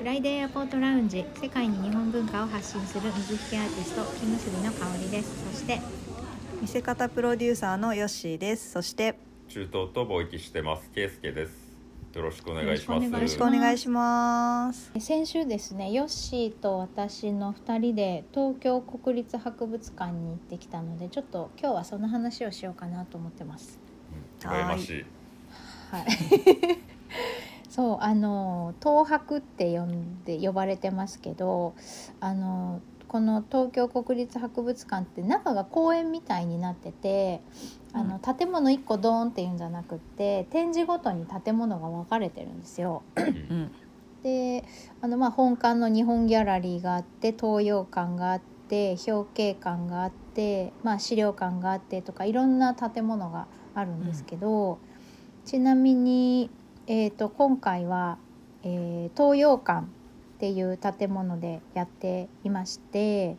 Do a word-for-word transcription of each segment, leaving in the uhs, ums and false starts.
ライデーエアポートラウンジ、世界に日本文化を発信する水引アーティスト木結びの香りです。そして見せ方プロデューサーのヨッシーです。そして中東と貿易してますケイスケです。よろしくお願いします。 よろしくお願いします。 先週ですね、ヨッシーと私のふたりで東京国立博物館に行ってきたので、ちょっと今日はその話をしようかなと思ってます。 うん、羨ましい。 はい。そうあの東博って呼んで呼ばれてますけど、あのこの東京国立博物館って中が公園みたいになってて、あの建物いっこドーンっていうんじゃなくって展示ごとに建物が分かれてるんですよ。 うんであのまあ本館の日本ギャラリーがあって、東洋館があって表慶館があって、まあ、資料館があってとかいろんな建物があるんですけど、うん、ちなみにえー、と今回は、えー、東洋館っていう建物でやっていまして、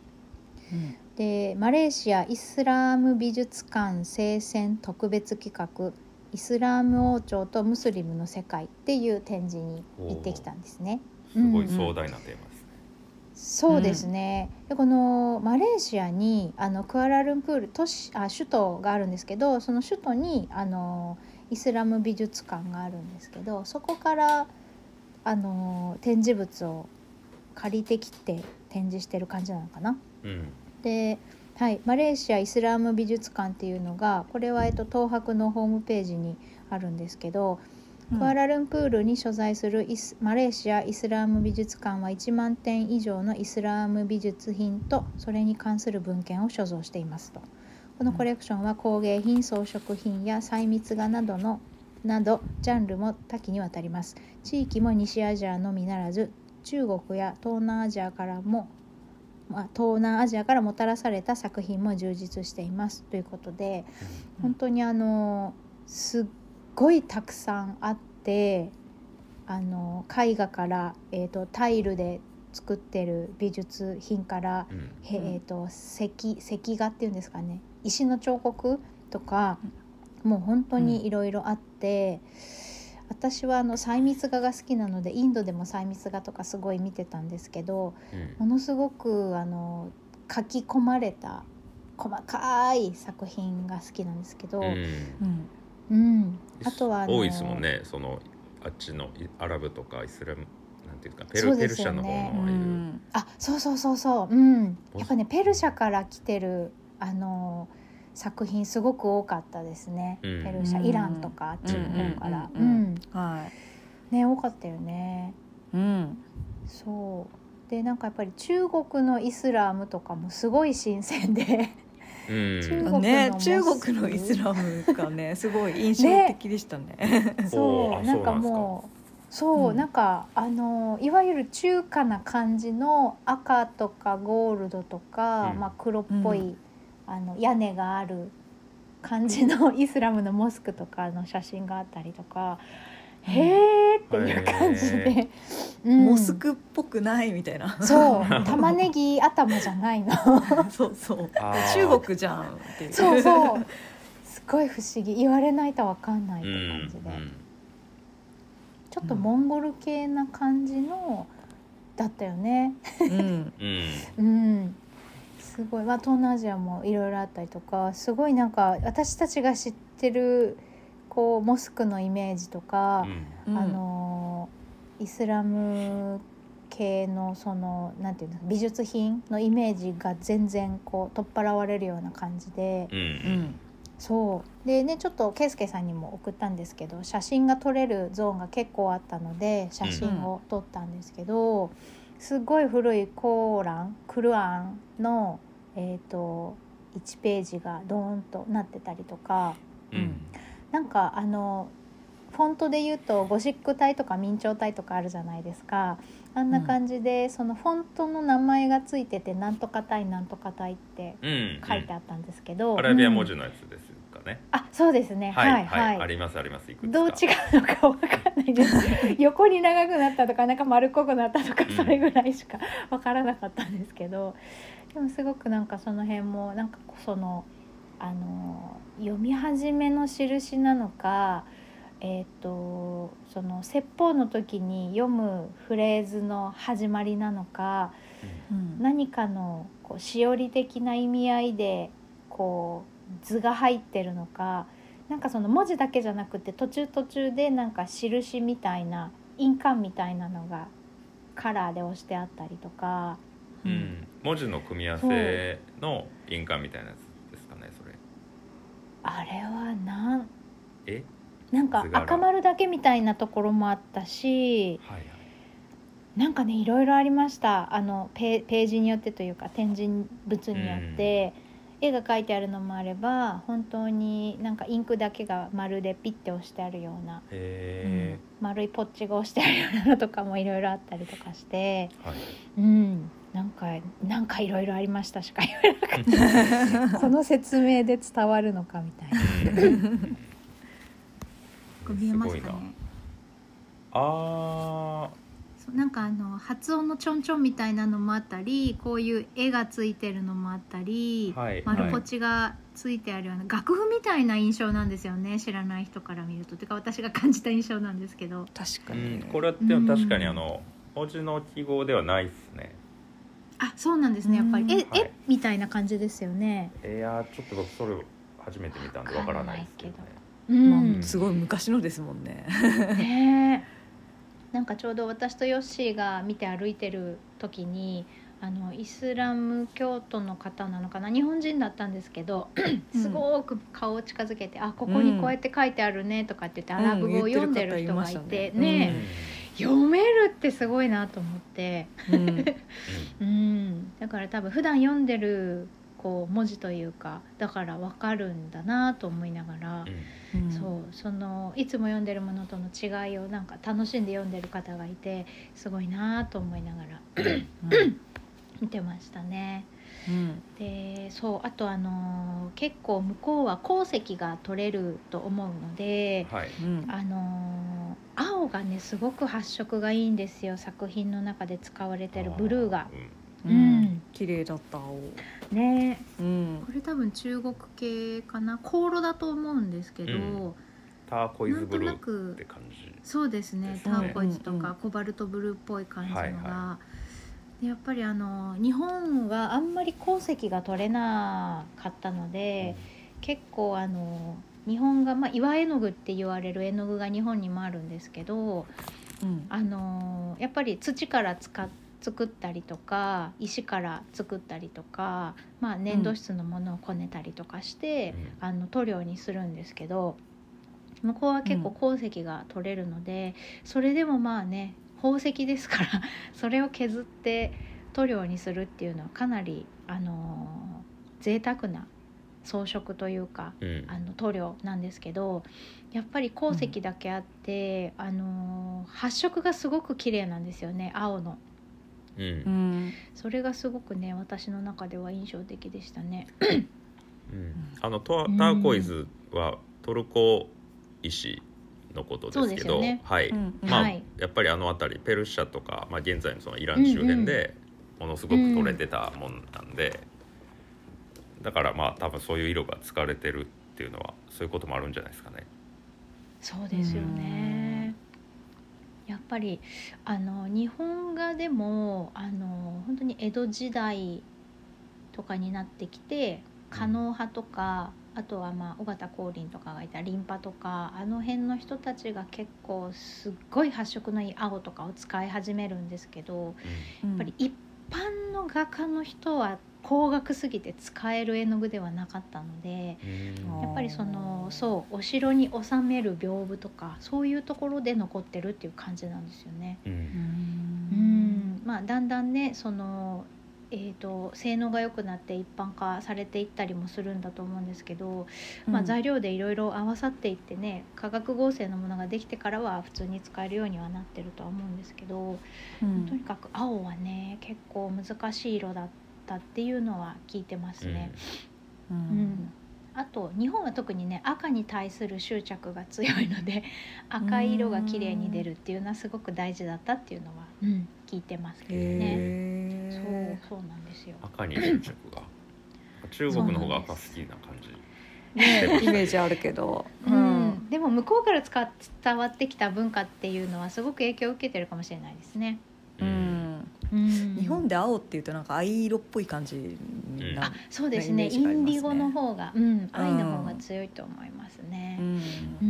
うん、でマレーシアイスラーム美術館聖戦特別企画イスラーム王朝とムスリムの世界っていう展示に行ってきたんですね。 すごい壮大なテーマですね、うん、 そうですね。でこのマレーシアにあのクアラルンプール都市あ首都があるんですけど、その首都にあのイスラム美術館があるんですけど、そこからあの展示物を借りてきて展示してる感じなのかな、 うん、 で、はい、マレーシアイスラーム美術館っていうのがこれは、えっと、東博のホームページにあるんですけど、うん、クアラルンプールに所在するイスマレーシアイスラーム美術館はいちまんてん以上のイスラーム美術品とそれに関する文献を所蔵していますと。このコレクションは工芸品、装飾品や細密画などのなどジャンルも多岐にわたります。地域も西アジアのみならず中国や東南アジアからも、まあ、東南アジアからもたらされた作品も充実していますということで、うん、本当にあのすっごいたくさんあって、あの絵画から、えーと、タイルで作ってる美術品から、うん、えーと、石、石画っていうんですかね、石の彫刻とかもう本当にいろいろあって、うん、私はあの細密画が好きなのでインドでも細密画とかすごい見てたんですけど、うん、ものすごくあの書き込まれた細かい作品が好きなんですけど、うんうん、あとはあの多いですもんね、そのあっちのアラブとかイスラムなんていうかペル、ね、ペルシャの方のああいう、うん、 あそうそうそうそう、うん、やっぱねペルシャから来てるあの作品すごく多かったですね、うん、ペルシャ、イランとかあっちの方から、うんうんうんはい、ね多かったよね、うん、そうでなんかやっぱり中国のイスラームとかもすごい新鮮でうん、中国のね、中国のイスラムがねすごい印象的でしたね。 ねそうなんかもうそう、うん、なんかあのいわゆる中華な感じの赤とかゴールドとか、うんまあ、黒っぽい、うん、あの屋根がある感じのイスラムのモスクとかの写真があったりとか、うん、へーっていう感じで、 うん、モスクっぽくないみたいな。 そう玉ねぎ頭じゃないのそうそう中国じゃんっていう。 そうそうすごい不思議、言われないと分かんないって感じで、うんうん、ちょっとモンゴル系な感じのだったよね、うんうん、すごい、まあ、東南アジアもいろいろあったりとか、すごいなんか私たちが知ってるこうモスクのイメージとか、うん、あのイスラム系のそのなんていうの美術品のイメージが全然こう取っ払われるような感じで、うんうんそうでね、ちょっとケイスケさんにも送ったんですけど、写真が撮れるゾーンが結構あったので写真を撮ったんですけど、うん、すごい古いコーランクルアンの、えーと、いちページがドーンとなってたりとか、うん、なんかあのフォントで言うとゴシック体とか明朝体とかあるじゃないですか。あんな感じで、うん、そのフォントの名前がついててなんとか体なんとか体って書いてあったんですけど、うんうん、 アラビア文字のやつですかね、 うん、あそうですね、はいはい、はい、 ありますあります。いくつかどう違うのか分かんないです横に長くなったとかなんか丸っこくなったとかそれぐらいしか分からなかったんですけど、うん、でもすごくなんかその辺もなんかそのあの読み始めの印なのかえー、とその説法の時に読むフレーズの始まりなのか、 うん何かのこうしおり的な意味合いでこう図が入ってるのか、なんかその文字だけじゃなくて途中途中でなんか印みたいな印鑑みたいなのがカラーで押してあったりとか、 うん、文字の組み合わせの印鑑みたいなやつですかね、それ。 あれはなんえなんか赤丸だけみたいなところもあったし、 はいはい、 なんかねいろいろありました。あの ペ, ページによってというか展示物によって、うん、絵が描いてあるのもあれば本当になんかインクだけが丸でピッて押してあるような、 へうん、丸いポッチが押してあるようなのとかもいろいろあったりとかして、 はい、 うん、なんかなんかいろいろありましたしか言わなかったこの説明で伝わるのかみたいな見えますかね。 あそうなんかあの発音のちょんちょんみたいなのもあったり、こういう絵がついてるのもあったり、 はい、 丸ポチがついてあるような、はい、楽譜みたいな印象なんですよね、知らない人から見ると。てか私が感じた印象なんですけど。 確かに、 うん、これって確かにあの、うん、文字の記号ではないですね。 あ、そうなんですね。やっぱり、え、 はい、 えみたいな感じですよね。 いやちょっと僕それ初めて見たんでわからないですけどね。 うんまあ、すごい昔のですもんね。 ねえ、なんかちょうど私とヨッシーが見て歩いてる時に、あのイスラム教徒の方なのかな、日本人だったんですけどすごく顔を近づけて、うん、あ、ここにこうやって書いてあるねとかって言って、うん、アラブ語を読んでる人がいて、うん、ね、うん、読めるってすごいなと思って、うんうん、だから多分普段読んでるこう文字というかだから分かるんだなと思いながら、うん、そうそのいつも読んでるものとの違いをなんか楽しんで読んでる方がいてすごいなと思いながら、うん見てましたね。うん、でそうあとあの結構向こうは鉱石が取れると思うので、はい、あの青がねすごく発色がいいんですよ、作品の中で使われてるブルーが。 うん、うん、綺麗だった青ね、うん、これ多分中国系かな、香炉だと思うんですけど、うん、 ターコイズブルーって感じ、 そうですね、ターコイズとかコバルトブルーっぽい感じのが、はいはい、でやっぱりあの日本はあんまり鉱石が取れなかったので、うん、結構あの日本が、まあ、岩絵の具って言われる絵の具が日本にもあるんですけど、うん、あのやっぱり土から使って作ったりとか石から作ったりとか、まあ、粘土質のものをこねたりとかして、うん、あの塗料にするんですけど、向こうは結構鉱石が取れるので、うん、それでもまあね宝石ですからそれを削って塗料にするっていうのはかなり、あのー、贅沢な装飾というか、うん、あの塗料なんですけど、やっぱり鉱石だけあって、うん、あのー、発色がすごく綺麗なんですよね、青の。うん、それがすごくね私の中では印象的でしたね、うん、 あのターコイズはトルコ石のことですけど、ね、はい、うん、まあ、はい、やっぱりあの辺りペルシャとか、まあ、現在のそのイラン周辺でものすごく取れてたもんなんで、うん、だからまあ多分そういう色が使われてるっていうのはそういうこともあるんじゃないですかね。 そうですよね、やっぱりあの日本画でもあの本当に江戸時代とかになってきて狩野派とか、あとはまあ尾形光琳とかがいた琳派とか、あの辺の人たちが結構すっごい発色のいい青とかを使い始めるんですけど、うん、やっぱり一般の画家の人は高額すぎて使える絵の具ではなかったので、うん、やっぱりそのそうお城に収める屏風とかそういうところで残ってるっていう感じなんですよね。うん、うんまあ、だんだんねそのえーと、性能が良くなって一般化されていったりもするんだと思うんですけど、うんまあ、材料でいろいろ合わさっていってね化学合成のものができてからは普通に使えるようにはなってるとは思うんですけど、うん、とにかく青はね結構難しい色だったっていうのは聞いてますね、うんうん、あと日本は特にね赤に対する執着が強いので赤い色が綺麗に出るっていうのはすごく大事だったっていうのは、うん、聞いてますけどね。そうそうなんですよ。 赤に執着が中国の方が赤好きな感じ、 ね、イメージあるけど、 うん、 、でも向こうから使っ伝わってきた文化っていうのはすごく影響を受けてるかもしれないですね。 うんうん、日本で青っていうとなんか藍色っぽい感じにな、 うん、あそうですね、インディゴの方が、うん、藍の方が強いと思いますね。うんうん、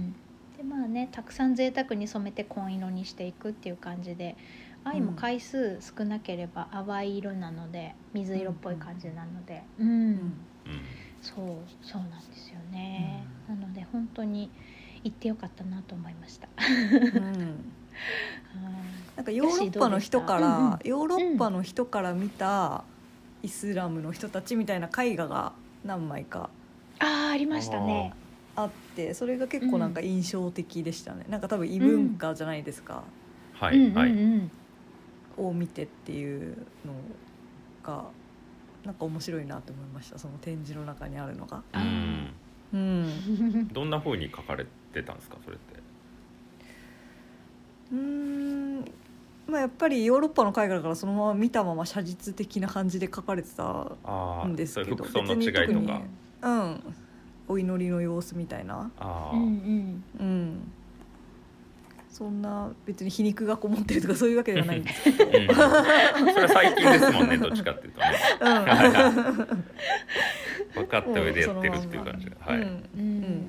でまあね、たくさん贅沢に染めて紺色にしていくっていう感じで、藍も回数少なければ淡い色なので水色っぽい感じなので、うん、うん、そうそうなんですよね、うん、なので本当に行ってよかったなと思いました。うんなんかヨーロッパの人から、うんうん、ヨーロッパの人から見たイスラムの人たちみたいな絵画が何枚かあ, あ, ありましたね。 あってそれが結構なんか印象的でしたね、うん、なんか多分異文化じゃないですか、 うん、はいはい、 を見てっていうのがなんか面白いなと思いました、その展示の中にあるのが。うんうん、どんな風に描かれてたんですかそれって。 うーん、まあ、やっぱりヨーロッパの絵画だからそのまま見たまま写実的な感じで描かれてたんですけど、 服装の違いとか、 うん、お祈りの様子みたいな、あ、うんうんうん、そんな別に皮肉がこもってるとかそういうわけではないんですけど、うん、それは最近ですもんねどっちかっていうとね、うん、分かった上でやってるっていう感じで、はい、うんうん、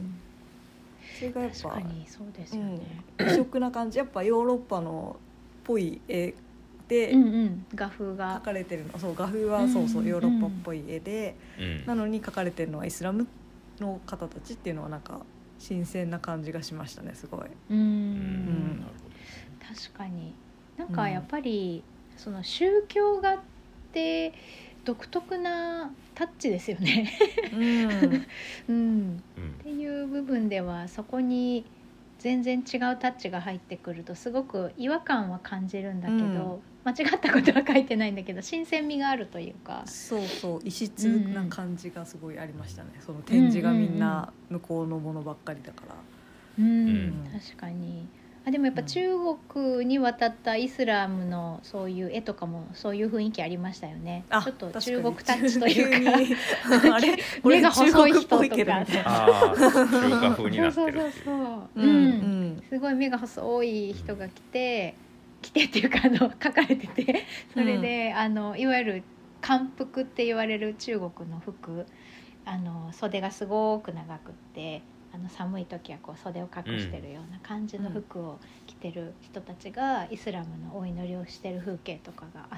それがやっぱ確かにそうですよね、 うん、異色な感じ、やっぱヨーロッパのっぽい絵で、 うんうん、画風が描かれてるの、そう画風はそうそうヨーロッパっぽい絵で、うん、なのに描かれてるのはイスラムの方たちっていうのはなんか新鮮な感じがしましたね、すごい。うん、うん、 確かになんかやっぱり、うん、その宗教画って独特なタッチですよね、うんうん、っていう部分ではそこに全然違うタッチが入ってくるとすごく違和感は感じるんだけど、うん、間違ったことは書いてないんだけど新鮮味があるというか、 そうそう異質な感じがすごいありましたね、うん、その展示がみんな向こうのものばっかりだから、 うんうんうん、確かに。あでもやっぱ中国に渡ったイスラムのそういう絵とかもそういう雰囲気ありましたよね。ちょっと中国タッチというかあれ目が細い人とかあ中華風になってるっていう、そうそうそう、 うんうん、すごい目が細い人が来て来てっていうかあの描かれててそれで、うん、あのいわゆる漢服って言われる中国の服、あの袖がすごく長くってあの寒い時はこう袖を隠してるような感じの服を着てる人たちがイスラムのお祈りをしてる風景とかがあって、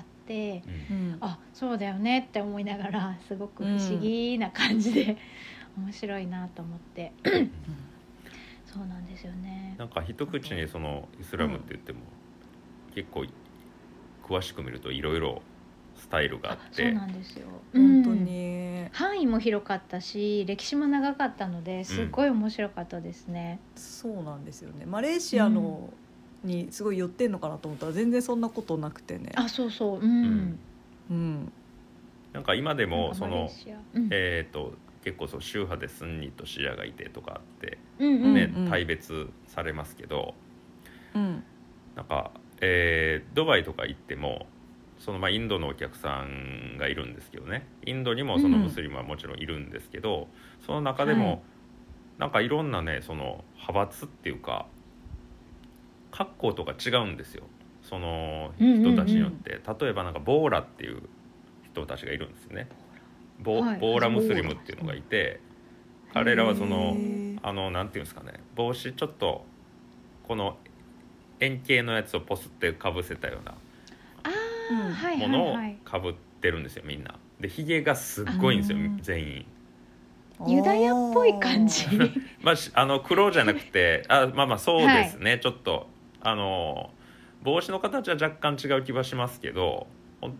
うん、あそうだよねって思いながらすごく不思議な感じで、うん、面白いなと思って、うん、そうなんですよね。 なんか一口にそのイスラムって言っても、うん、結構詳しく見るといろいろスタイルがあって、 そうなんですよ、 本当に、 うん、範囲も広かったし歴史も長かったのですごい面白かったですね、 うん、そうなんですよね。マレーシアの、うん、にすごい寄ってんのかなと思ったら全然そんなことなくてね。 あそうそう、うん、 うん、なんか今でもその、うん、えーと結構そう宗派でスンニとシーアがいてとかあって、うんうんね、大別されますけど、うん、なんか、えー、ドバイとか行ってもそのまあインドのお客さんがいるんですけどね、インドにもそのムスリムはもちろんいるんですけど、うん、その中でも、はい、なんかいろんなねその派閥っていうか格好とか違うんですよ、その人たちによって、うんうんうん、例えばなんかボーラっていう人たちがいるんですよね。 ボ,、はい、ボーラムスリムっていうのがいて、彼らはそのあのなんていうんですかね、帽子ちょっとこの円形のやつをポスってかぶせたようなものをかぶってるんですよみんなで、ヒゲがすっごいんですよ、あのー、全員ユダヤっぽい感じまあ、あの黒じゃなくてあまあまあそうですね、はい、ちょっとあの帽子の形は若干違う気はしますけど、うん、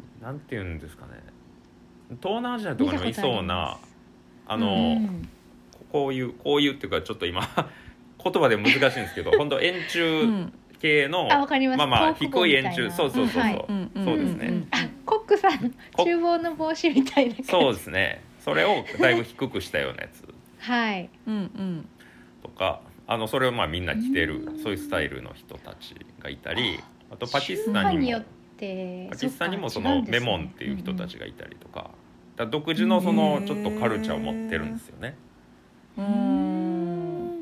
なんていうんですかね、東南アジアとかにもいそうな あ, あの、うん、こういうこういうっていうかちょっと今言葉で難しいんですけど本当円柱、うん系のあ、わかります。 まあまあ低い円柱、そうそうそうそう、はい、そうですね、うんうん、 あコックさん厨房の帽子みたいな感じ、 そうですね、それをだいぶ低くしたようなやつはい、うんうん、 とかあのそれをまあみんな着てるそういうスタイルの人たちがいたり、あとパキスタンにもパキスタンにもそのメモンっていう人たちがいたりとか、だ独自のそのちょっとカルチャーを持ってるんですよね。うーん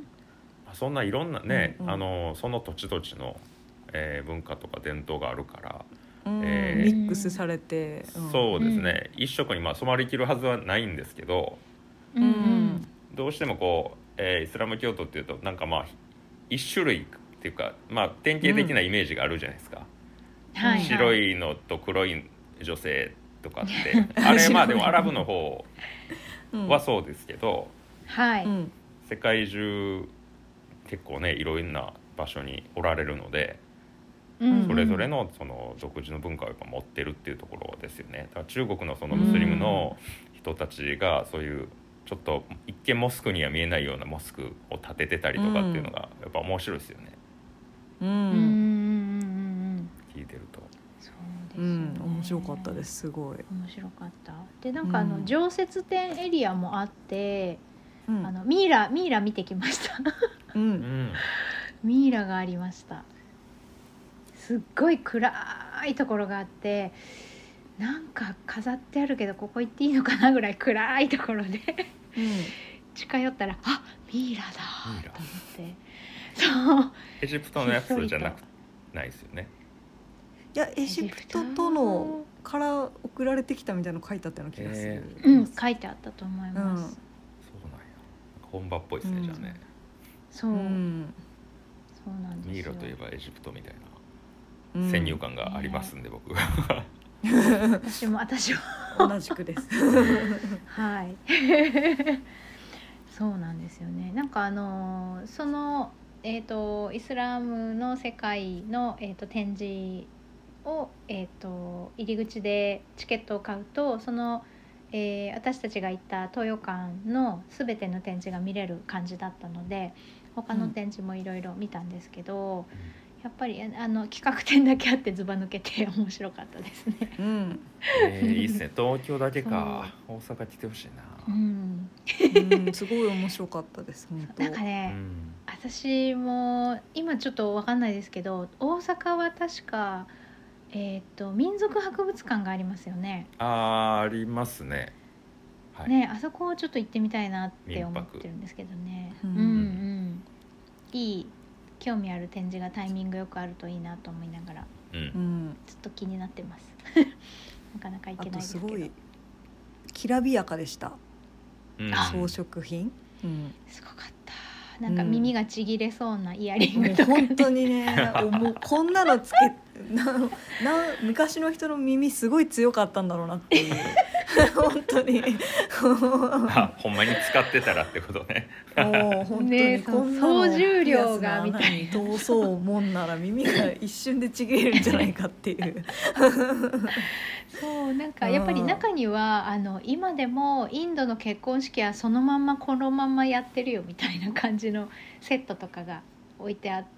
そんないろんなね、うんうん、あのその土地土地の、えー、文化とか伝統があるから、 うんえー、ミックスされて、 うん、そうですね、一色にまあ染まりきるはずはないんですけど、 うんうん、 どうしてもこう、えー、イスラム教徒っていうとなんかまあ一種類っていうか、まあ、典型的なイメージがあるじゃないですか、うん、白いのと黒い女性とかってあれまあでもアラブの方はそうですけど、 はい、 世界中結構ねいろんな場所におられるので、うんうん、それぞれのその独自の文化をやっぱ持ってるっていうところですよね。だから中国のそのムスリムの人たちがそういうちょっと一見モスクには見えないようなモスクを建ててたりとかっていうのがやっぱ面白いですよね、 うんうん、 聞いてると。 そうですね、 うん、面白かったです。すごい面白かった。でなんかあの、うん、常設展エリアもあって、うん、あのミイラミイラ見てきましたうん、ミイラがありました。すっごい暗いところがあって、なんか飾ってあるけどここ行っていいのかなぐらい暗いところで、うん、近寄ったらあミイラだと思ってそうエジプトのやつじゃなくないですよね。 いやエジプトとのから送られてきたみたいなの書いてあったような気がする、 えー、うん書いてあったと思います、うん、そうなんや本場っぽいですね、うん、じゃあねそう、うん、そうなんですよ。 ミイラといえばエジプトみたいな先入観がありますんで、うん、僕私も私も同じくですはいそうなんですよね。なんかあのその、えーと、イスラムの世界の、えーと、展示を、えーと、入り口でチケットを買うとその、えー、私たちが行った東洋館の全ての展示が見れる感じだったので他の展示もいろいろ見たんですけど、うん、やっぱりあの企画展だけあってずば抜けて面白かったですね、 うんえー、いいっすね。東京だけか大阪来てほしいな、 うんうん、すごい面白かったです本当。 なんかね、 うん、 私も今ちょっと分かんないですけど大阪は確か、えー、と民族博物館がありますよね。 あ, ありますね、 はい、ねあそこをちょっと行ってみたいなって思ってるんですけどね、うんうんうん、いい興味ある展示がタイミングよくあるといいなと思いながら、うん、ずっと気になってますなかなか行けないですけど。あとすごいきらびやかでした、うん、装飾品、 うん、すごかった。なんか耳がちぎれそうなイヤリングとか、 ね、本当にねもうこんなのつけなな昔の人の耳すごい強かったんだろうなっていう本当にあほんまに使ってたらってことねもう本当にこんなの総重量がみたいな通そうもんなら耳が一瞬でちぎれるんじゃないかっていうそうなんかやっぱり中にはあの今でもインドの結婚式はそのまんまこのまんまやってるよみたいな感じのセットとかが置いてあって、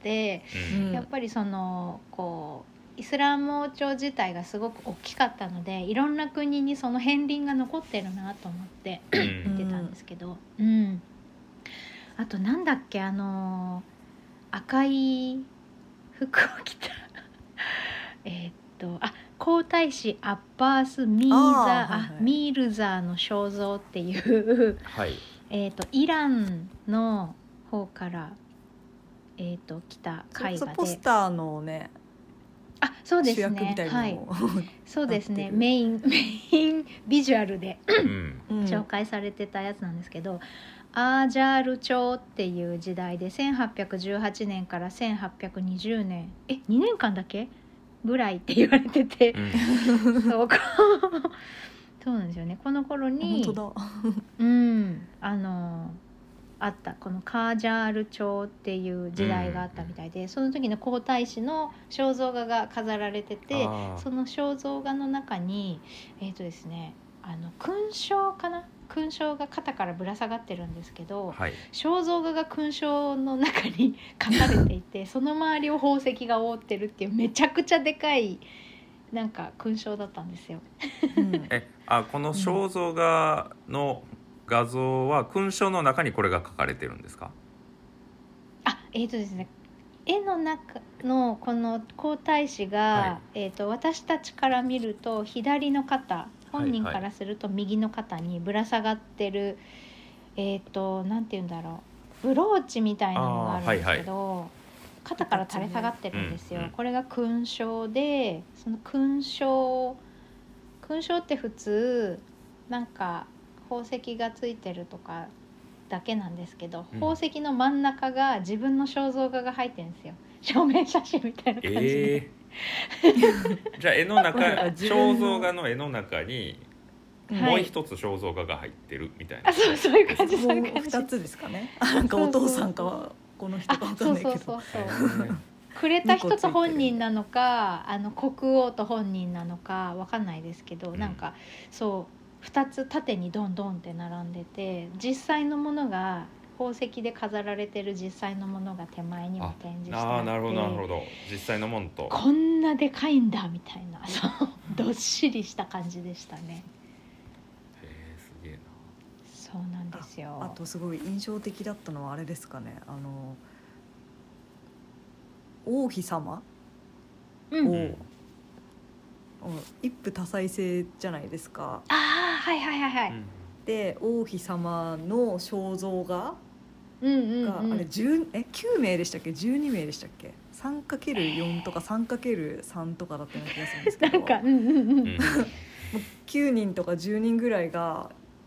うん、やっぱりそのこうイスラム王朝自体がすごく大きかったのでいろんな国にその片鱗が残ってるなと思って見てたんですけど、うんうん、あとなんだっけあの赤い服を着たえっとあ皇太子アッバース・ミーザー、あ、はいはい、ミールザーの肖像っていう、 はい、 えっとイランの方からえー、と来た絵画でポスターのねあそうですね主役みたいなのも、はい、そうですねメインメインビジュアルで、うん、紹介されてたやつなんですけど、アージャール朝っていう時代でせんはっぴゃくじゅうはちねんからせんはっぴゃくにじゅうねんえにねんかんだけぐらいって言われてて、うん、そうそうなんですよね。この頃に本当だうんあのあったこのカージャール朝っていう時代があったみたいで、うん、その時の皇太子の肖像画が飾られててその肖像画の中にえっとですねあの勲章かな勲章が肩からぶら下がってるんですけど、はい、肖像画が勲章の中に書かれていてその周りを宝石が覆ってるっていうめちゃくちゃでかいなんか勲章だったんですよ、 うん、えあこの肖像画の、うん画像は勲章の中にこれが書かれてるんですか？ あ、えーとですね、絵の中のこの皇太子が、はい、えーと、私たちから見ると左の肩本人からすると右の肩にぶら下がってる、はいはい、えーとなんて言うんだろブローチみたいなのがあるんですけど、 はいはい、 肩から垂れ下がってるんですよ、 うんうん、 これが勲章で、その勲章勲章って普通なんか宝石がついてるとかだけなんですけど、うん、宝石の真ん中が自分の肖像画が入ってるんですよ、証明写真みたいな感じで、えー、じゃあ絵の中肖像画の絵の中にもう一つ肖像画が入ってるみたいな、 はい、そうそういう感じ、そういう感じ、 ふたつですかね、なんかお父さんかはこの人か分かんないけど、そうそうそうそうくれた人と本人なのか、あの国王と本人なのか分かんないですけど、うん、なんかそうふたつ縦にドンドンって並んでて、実際のものが宝石で飾られてる実際のものが手前にも展示してあって、 ああ、なるほどなるほど、実際のものとこんなでかいんだみたいな、そうどっしりした感じでしたね。 へえ、すげえな。 そうなんですよ。 あ, あとすごい印象的だったのはあれですかね、あの王妃様を、うん、一夫多妻制じゃないですか。 ああ、はいはいはいはい、うん、 で王妃様の肖像画うんうんうん、 があれじゅうえきゅうめいでしたっけ、じゅうにめいでしたっけ、 さんかけるよん とか さんかけるさん とかだったような気がするんですけど、 なんか、うんうんうん、もうきゅうにんとかじゅうにんぐらいが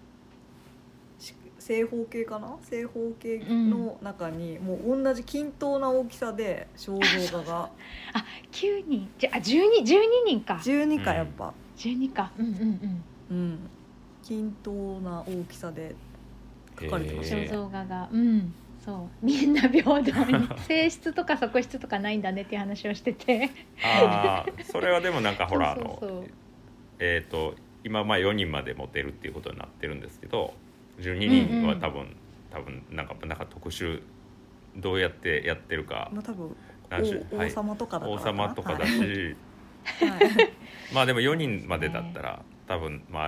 正方形かな、正方形の中にもう同じ均等な大きさで肖像画があ、きゅうにんじゃあじゅうに、じゅうににんか、 じゅうにか、やっぱじゅうにか、うんうんうんうん、均等な大きさで描かれてましたね、 肖像画が、うん、そうみんな平等に性質とか側質とかないんだねっていう話をしててああ、それはでもなんかほら、そうそうそう、あのえっ、ー、と今まあよにんまで持てるっていうことになってるんですけど、じゅうににんは多分、うんうん、多分なんかなんか特殊どうやってやってるか、 まあ、多分王、 はい、 王様とかだから王様とかだし、はい、まあでもよにんまでだったら多分まあ、うん、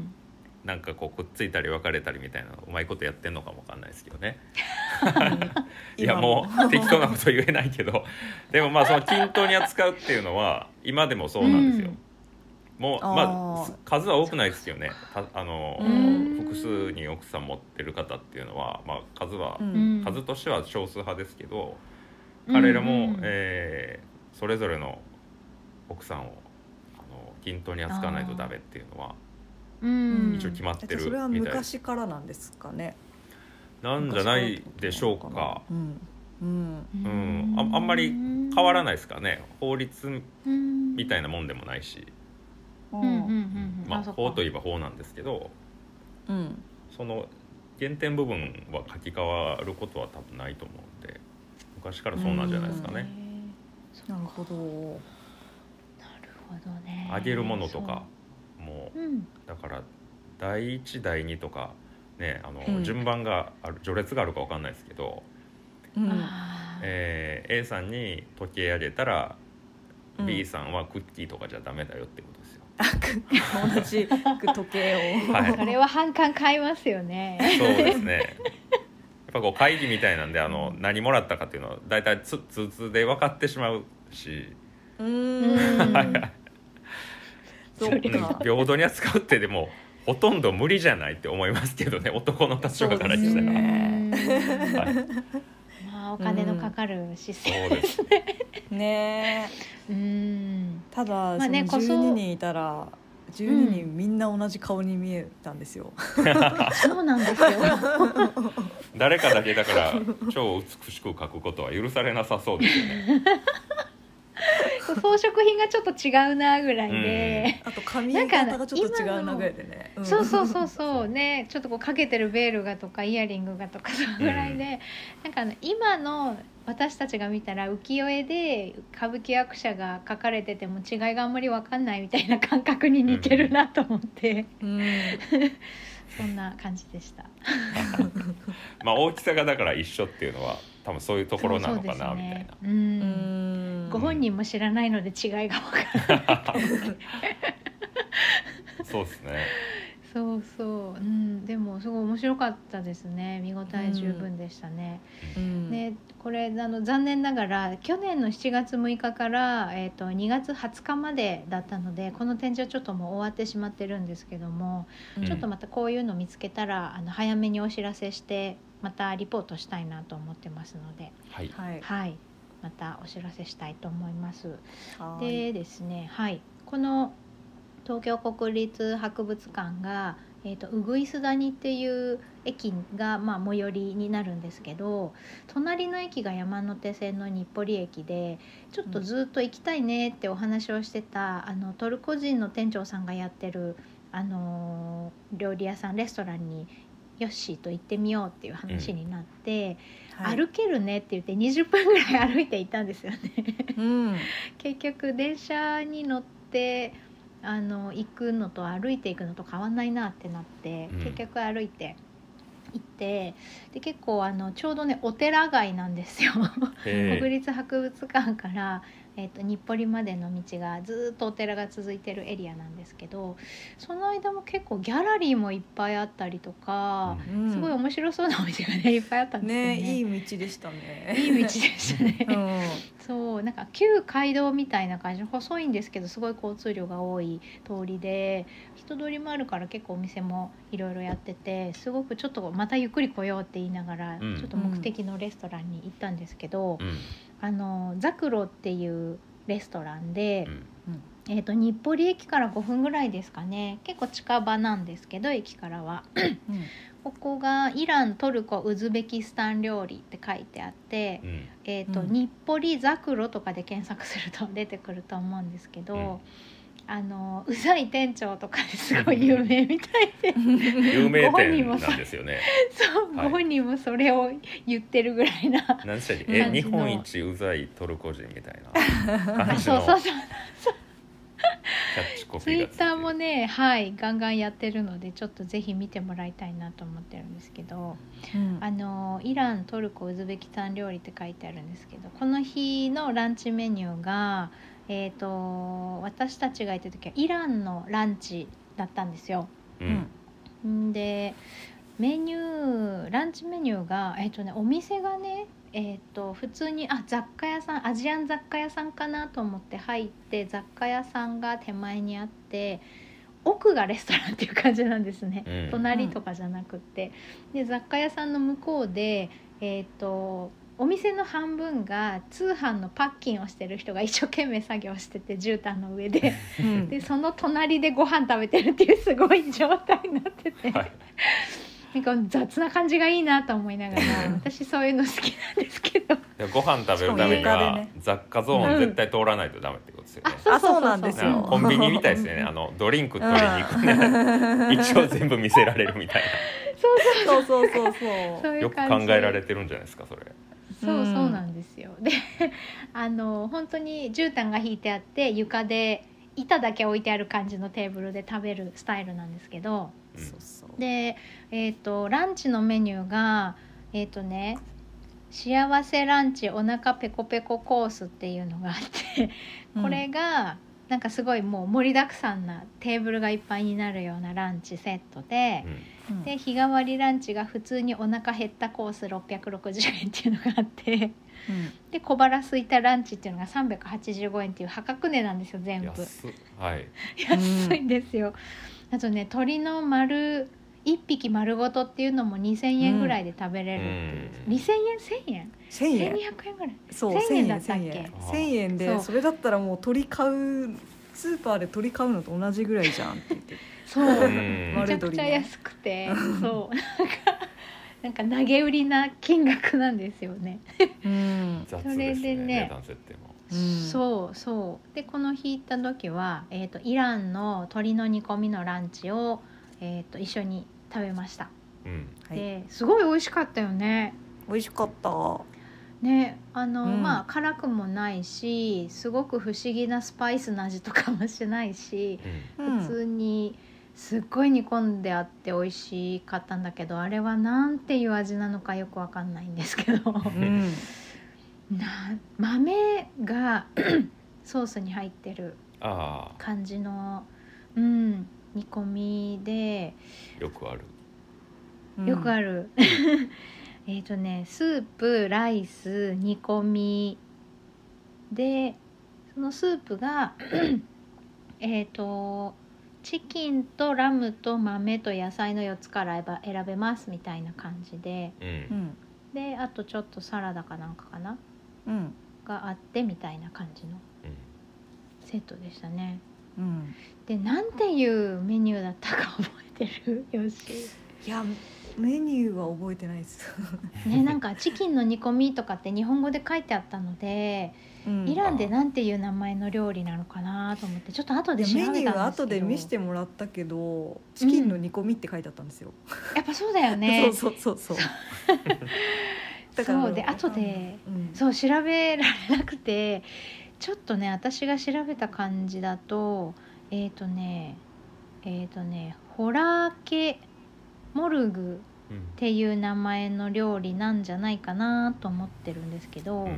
なんかこうくっついたり分かれたりみたいなうまいことやってんのかも分かんないですけどねいやもう適当なこと言えないけどでもまあその均等に扱うっていうのは今でもそうなんですよ、うんもうまあ数は多くないですよね。あの複数に奥さん持ってる方っていうのは、まあ、数は、うん、数としては少数派ですけど、うん、彼らも、うんえー、それぞれの奥さんをあの均等に扱わないとダメっていうのは、うん、一応決まってるみたいです。 それは昔からなんですかね。 なんじゃないでしょうか。 うんうんうん、あ, あんまり変わらないですかね。法律みたいなもんでもないし。うんうんうん、まあ法といえば法なんですけど、うん、その原点部分は書き換わることは多分ないと思うんで昔からそうなんじゃないですかね。 なるほど、なるほどね。 あげるものとかもう、うん、だからだいいちだいにとかね、あの、うん、順番がある序列があるか分かんないですけど、うんえー、A さんに時計あげたら、うん、B さんはクッキーとかじゃダメだよってことですよ。 同じ時計を、 はい、それは反感買いますよね。 そうですね。やっぱこう会議みたいなんであの何もらったかっていうのはだいたいつつつで分かってしまうし、うーんそう平等に扱うってでもほとんど無理じゃないって思いますけどね、男の立場からしたら。はい、 まあお金のかかるシステムですね。 ねえ、うん、ただ、まあね、そのじゅうににんいたらじゅうににんみんな同じ顔に見えたんですよ、 うん、そうなんですよ。 誰かだけだから超美しく描くことは許されなさそうですよね。 装飾品がちょっと違うなぐらいで、 うん、あと髪型がちょっと違うなぐらいでね、 うん、そうそうそうそうね、ちょっとこうかけてるベールがとかイヤリングがとかそのぐらいで、うん、なんかあの今の私たちが見たら浮世絵で歌舞伎役者が描かれてても違いがあんまり分かんないみたいな感覚に似てるなと思って、うん、そんな感じでした。 まあ大きさがだから一緒っていうのは多分そういうところなのかな、ね、みたいな。うん、 ご本人も知らないので違いが分からない。 そうですね。 そうそう、うん、でもすごい面白かったですね。見応え十分でしたね。うん、でこれあの残念ながら去年のしちがつむいかから、えー、とにがつはつかまでだったので、この展示はちょっともう終わってしまってるんですけども、うん、ちょっとまたこういうの見つけたらあの早めにお知らせしてまたリポートしたいなと思ってますので、はい、はい、またお知らせしたいと思います。でですね、はい、この東京国立博物館が、えーと、うぐいす谷っていう駅が、まあ、最寄りになるんですけど、隣の駅が山手線の日暮里駅で、ちょっとずっと行きたいねってお話をしてた、うん、あのトルコ人の店長さんがやってる、あのー、料理屋さんレストランによっしーと行ってみようっていう話になって、うん、はい、歩けるねって言ってにじゅっぷんぐらい歩いて行ったんですよね、うん、結局電車に乗ってあの行くのと歩いていくのと変わんないなってなって、うん、結局歩いて行って、で結構あのちょうどねお寺街なんですよ国立博物館から、えーと、日暮里までの道がずっとお寺が続いてるエリアなんですけど、その間も結構ギャラリーもいっぱいあったりとか、うん、すごい面白そうなお店がねいっぱいあったんですよね。 ね、いい道でしたね。 いい道でしたね、うん、そうなんか旧街道みたいな感じ、細いんですけどすごい交通量が多い通りで、人通りもあるから結構お店もいろいろやってて、すごくちょっとまたゆっくり来ようって言いながら、うん、ちょっと目的のレストランに行ったんですけど、うん、あのザクロっていうレストランで、うんえー、と日暮里駅からごふんぐらいですかね、結構近場なんですけど駅からは、うん、ここがイラン、トルコ、ウズベキスタン料理って書いてあって、うんえーとうん、日暮里ザクロとかで検索すると出てくると思うんですけど、うんあのうざい店長とかですごい有名みたいで有名店なんですよね。 そう、はい、ご本人もそれを言ってるぐらいな何でしたっけ、え日本一うざいトルコ人みたいな感じのそうそうそうそうキャッチコピーがついてる。 ツイッターもね、はい、ガンガンやってるのでちょっとぜひ見てもらいたいなと思ってるんですけど、うん、あのイラン、トルコ、ウズベキスタン料理って書いてあるんですけど、この日のランチメニューがえーと、私たちが行った時はイランのランチだったんですよ、うん、でメニューランチメニューが、えーとね、お店がね、えーと、普通にあ雑貨屋さん、アジアン雑貨屋さんかなと思って入って、雑貨屋さんが手前にあって奥がレストランっていう感じなんですね、うん、隣とかじゃなくって、で雑貨屋さんの向こうでえーとお店の半分が通販のパッキンをしてる人が一生懸命作業してて、絨毯の上で、うん、でその隣でご飯食べてるっていうすごい状態になってて、はい、なんか雑な感じがいいなと思いながら私そういうの好きなんですけどご飯食べるためには雑貨ゾーン絶対通らないとダメってことですよね、 うん、あ、そうなんですよ。 コンビニみたいですね、あのドリンク取りに行くね一応全部見せられるみたいなそうそうそうそうそうよく考えられてるんじゃないですかそれ。 そうそうなんですよ。であの本当に絨毯が引いてあって床で板だけ置いてある感じのテーブルで食べるスタイルなんですけど、うん、で、えーと、ランチのメニューがえっとね幸せランチお腹ペコペココースっていうのがあってこれがなんかすごいもう盛りだくさんなテーブルがいっぱいになるようなランチセットで、うん、で日替わりランチが普通にお腹減ったコースろっぴゃくろくじゅうえんっていうのがあって、うん、で小腹空いたランチっていうのがさんびゃくはちじゅうごえんっていう破格値なんですよ全部。 安、はい、 安いんですよ。あとね鶏の丸いっぴき丸ごとっていうのもにせんえんぐらいで食べれるっていう、うん、にせんえんせんえんせんえんせんにひゃくえんぐらいそうせんえんだったっけ。 せんえんで そ, それだったらもう鶏買うスーパーで鶏買うのと同じぐらいじゃんって言ってそうめちゃくちゃ安くてそうなんかなんか投げ売りな金額なんですよねうんそれでね、値段設定もうん、そうそうでこの日行った時は、えーと、イランの鶏の煮込みのランチを、えーと、一緒に食べました、うんですごい美味しかったよね。 美味しかったね、あの、うん、まあ辛くもないしすごく不思議なスパイスの味とかもしないし、うん、普通にすっごい煮込んであって美味しかったんだけど、あれはなんていう味なのかよくわかんないんですけど、うん、な豆がソースに入ってる感じの、うん、 煮込みでよくあるよくある、うん、えっとねスープライス煮込みでそのスープがえっとチキンとラムと豆と野菜のよっつから選べますみたいな感じで、 うん、 であとちょっとサラダかなんかかな、 うん、 があってみたいな感じのセットでしたね、 うん、 でなんていうメニューだったか覚えてる？よし。 いやメニューは覚えてないですね、なんかチキンの煮込みとかって日本語で書いてあったので、うん、イランでなんていう名前の料理なのかなと思ってちょっと後で調べたんですけど、 メニューは後で見せてもらったけどチキンの煮込みって書いてあったんですよ、 うん、やっぱそうだよねそうそうそうそうだからそうで後で、うん、そう調べられなくてちょっとね私が調べた感じだとえっ、ー、とねえっ、ー、とねホラーケモルグっていう名前の料理なんじゃないかなと思ってるんですけど、うん、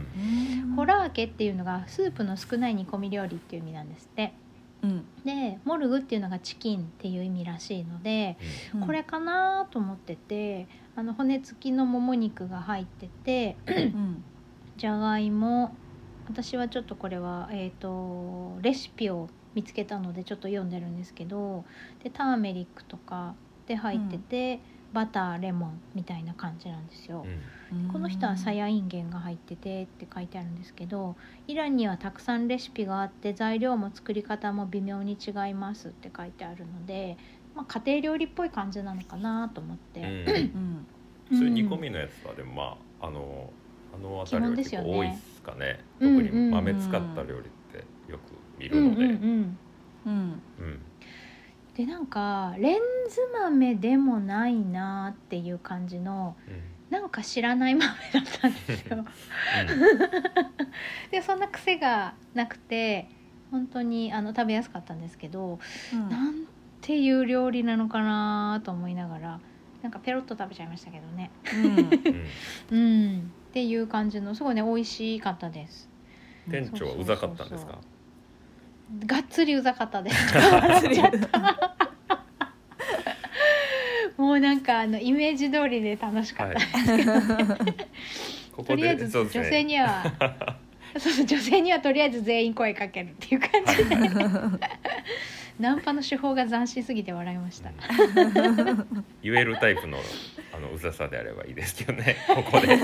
ホラーケっていうのがスープの少ない煮込み料理っていう意味なんですって、うん、でモルグっていうのがチキンっていう意味らしいので、うん、これかなと思っててあの骨付きのもも肉が入ってて、うん、じゃがいも私はちょっとこれは、えーと、レシピを見つけたのでちょっと読んでるんですけどでターメリックとかで入ってて、うん、バターレモンみたいな感じなんですよ、うん、この人はサヤインゲンが入っててって書いてあるんですけどイランにはたくさんレシピがあって材料も作り方も微妙に違いますって書いてあるので、まあ、家庭料理っぽい感じなのかなと思って、 うんうん、そういう煮込みのやつはでもまああのあの辺りは結構多いですかね、特に豆使った料理ってよく見るので、うんうんうんうんうん、でなんかレンズ豆でもないなっていう感じの、うん、なんか知らない豆だったんですよ、うん、でそんな癖がなくて本当にあの食べやすかったんですけど、うん、なんていう料理なのかなと思いながらなんかペロッと食べちゃいましたけどね、うんうん、っていう感じのすごいね美味しかったです。 店長はうざかったんですか？ がっつりうざかったですもうなんかあのイメージ通りで楽しかったですけど、ね、はい、ここでとりあえず女性にはそうそう女性にはとりあえず全員声かけるっていう感じでナンパの手法が斬新すぎて笑いました言えるタイプのあのうざさであればいいですけどねここで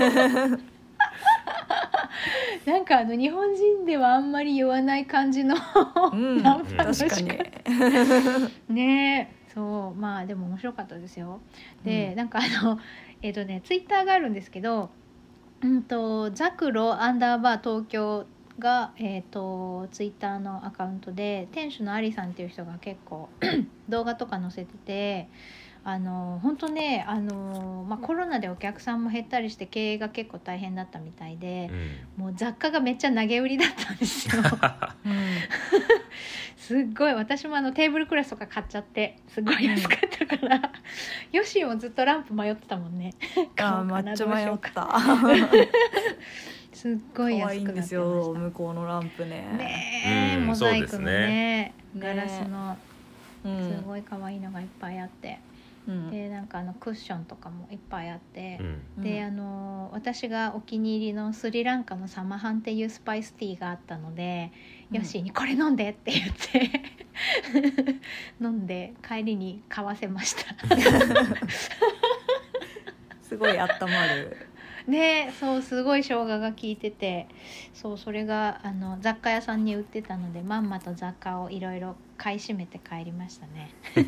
なんかあの日本人ではあんまり言わない感じの、うん、ナンパの仕方、うん、ねえそうまあでも面白かったですよ。で、うん、なんかあのえっ、ー、とねツイッターがあるんですけど、うんとザクロアンダーバー東京がえっ、ー、とツイッターのアカウントで店主のアリさんっていう人が結構動画とか載せてて。あの本当ねあの、まあ、コロナでお客さんも減ったりして経営が結構大変だったみたいで、うん、もう雑貨がめっちゃ投げ売りだったんですよ、うん、すっごい私もあのテーブルクロスとか買っちゃってすごい安かったから、うん、ヨシもずっとランプ迷ってたもんねあめっちゃ迷ったすっごい安くなってました。可愛いんですよ向こうのランプねねえ、モザイクの ね, ねガラスの、ね、すごい可愛いのがいっぱいあってうん、でなんかあのクッションとかもいっぱいあって、うん、であの私がお気に入りのスリランカのサマハンっていうスパイスティーがあったので、うん、ヨッシーにこれ飲んでって言って飲んで帰りに買わせましたすごいあったまるね、そうすごい生姜が効いててそうそれがあの雑貨屋さんに売ってたのでまんまと雑貨をいろいろ買い占めて帰りましたね、 うん、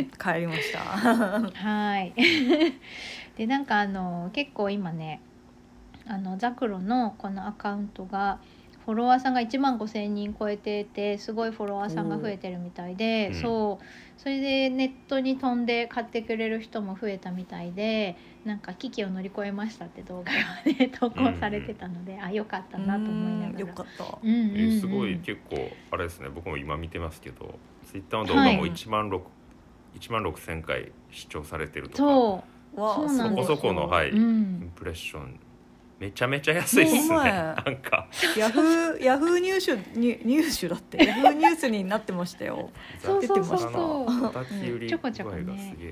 帰りましたはいでなんかあの結構今ねあのザクロのこのアカウントがフォロワーさんがいちまんごせんにん超えててすごいフォロワーさんが増えてるみたいで、うん、そうそれでネットに飛んで買ってくれる人も増えたみたいでなんか危機を乗り越えましたって動画がね投稿されてたので、うん、あよかったなと思いながらよかった、 うんうんうんえー、すごい結構あれですね僕も今見てますけどツイッターの動画もいちまんろくせんかい視聴されてるとか、 そうそうなんですよそこそこの、はいうん、インプレッションめちゃめちゃ安いっすね。なんかヤフーヤフー入手入入手だってヤフーニュースになってましたよ。 そうそうそうそう。 叩き売り具合がすげえな。はい。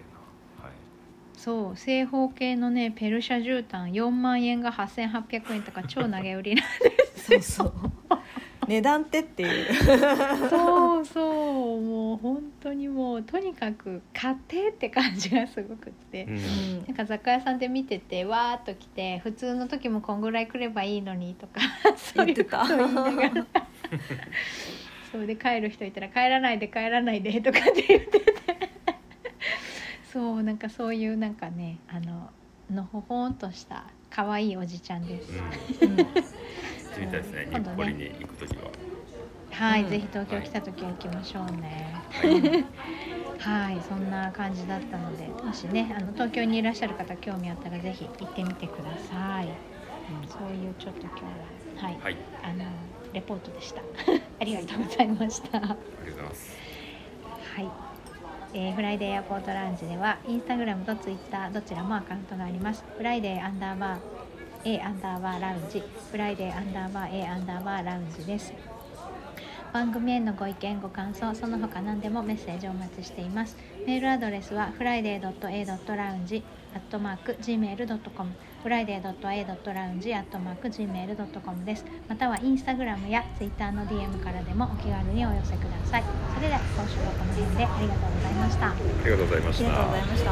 そう正方形のねペルシャ絨毯よんまんえんがはっせんはっぴゃくえんとか超投げ売りなんですよ。 そうそう値段ってっていうそうそうもう本当にもうとにかく買ってって感じがすごくって、うん、なんか雑貨屋さんで見ててわーっと来て普通の時もこんぐらい来ればいいのにとかそういうことを言いながらそうで帰る人いたら帰らないで帰らないでとかって言っててそうなんかそういうなんかねあののほほんとした可愛いおじちゃんです。うんうんみたいですね。日暮里に行くときは。 はい、うん、ぜひ東京来たときは行きましょうね。はい、はい、そんな感じだったので、もしね、あの東京にいらっしゃる方興味あったらぜひ行ってみてください。うん、そういうちょっと今日は、はい、はい、あのレポートでした。ありがとうございました。ありがとうございます。 はい。えー、フライデーエアポートラウンジではインスタグラムとツイッターどちらもアカウントがあります。フライデーアンダーバーA アンダーバーラウンジフライデーアンダーバー A アンダーバーラウンジです。番組へのご意見ご感想その他何でもメッセージをお待ちしています。メールアドレスは フライデー ドット エー ドット ラウンジ アットマーク ジーメール ドットコム フライデー ドット エー ドット ラウンジ アットマーク ジーメール ドットコム です。またはインスタグラムやツイッターの ディーエム からでもお気軽にお寄せください。それでは今週はこの辺でありがとうございました。 ありがとうございました。 ありがとうございました。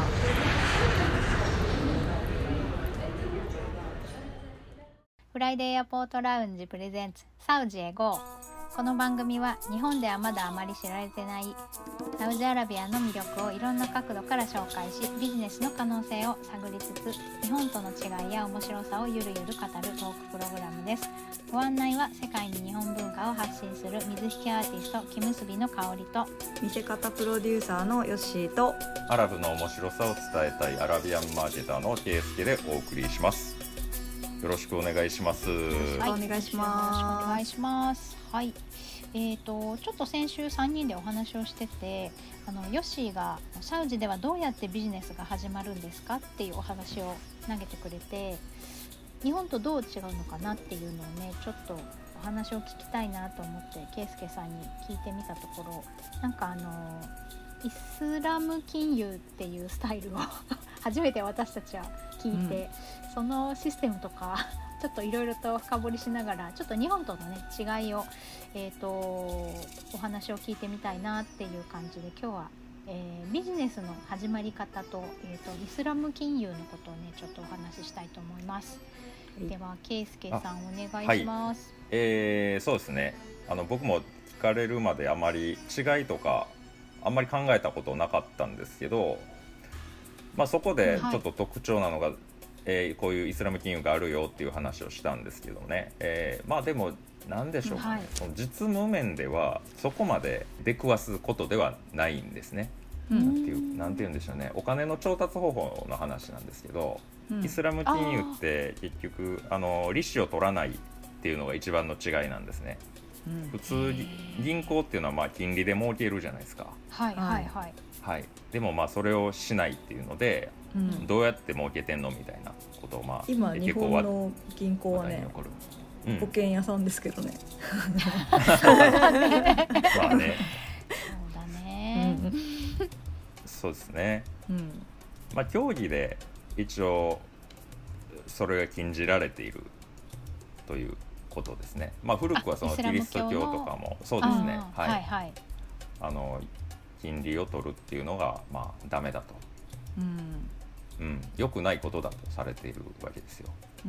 フライデーエアポートラウンジプレゼンツサウジへ ゴー。 この番組は日本ではまだあまり知られてないサウジアラビアの魅力をいろんな角度から紹介しビジネスの可能性を探りつつ日本との違いや面白さをゆるゆる語るトークプログラムです。ご案内は世界に日本文化を発信する水引アーティスト木結びの香りと見せ方プロデューサーのヨッシーとアラブの面白さを伝えたいアラビアンマーケターのケイスケでお送りします。よろしくお願いします。 はい、お願いします。 よろしくお願いします。はい。えーと、ちょっと先週さんにんでお話をしてて、あのヨッシーがサウジではどうやってビジネスが始まるんですかっていうお話を投げてくれて、日本とどう違うのかなっていうのをね、ちょっとお話を聞きたいなと思ってケイスケさんに聞いてみたところ、なんかあのイスラム金融っていうスタイルを初めて私たちは聞いて、うん、そのシステムとかちょっといろいろと深掘りしながらちょっと日本とのね違いを、えーと、お話を聞いてみたいなっていう感じで今日は、えー、ビジネスの始まり方と、えーと、イスラム金融のことをねちょっとお話ししたいと思います。はい、ではケイスケさんお願いします。 はい、えー、そうですね、あの僕も聞かれるまであまり違いとかあんまり考えたことなかったんですけど、まあ、そこでちょっと特徴なのが、はい、えー、こういうイスラム金融があるよっていう話をしたんですけどね、えー、まあでも何でしょうかね、はい、その実務面ではそこまで出くわすことではないんですね。なんていう、なんて言うんでしょうね、お金の調達方法の話なんですけど、うん、イスラム金融って結局あの利子を取らないっていうのが一番の違いなんですね。うん、普通銀行っていうのはまあ金利で儲けるじゃないですか。 はいはいはい、 はい、でもまあそれをしないっていうので、うん、どうやって儲けてんのみたいなことをまあ今日本の銀行はね、うん、保険屋さんですけどね。 そうだね。まあね。そうだね。 うん、そうですね。うん、まあ教義で一応それが禁じられているということですね。まあ古くはそのキリスト教とかもそうですね。はい、はいはい、あの金利を取るっていうのがまあダメだと、うんうん、良くないことだとされているわけですよ。うん、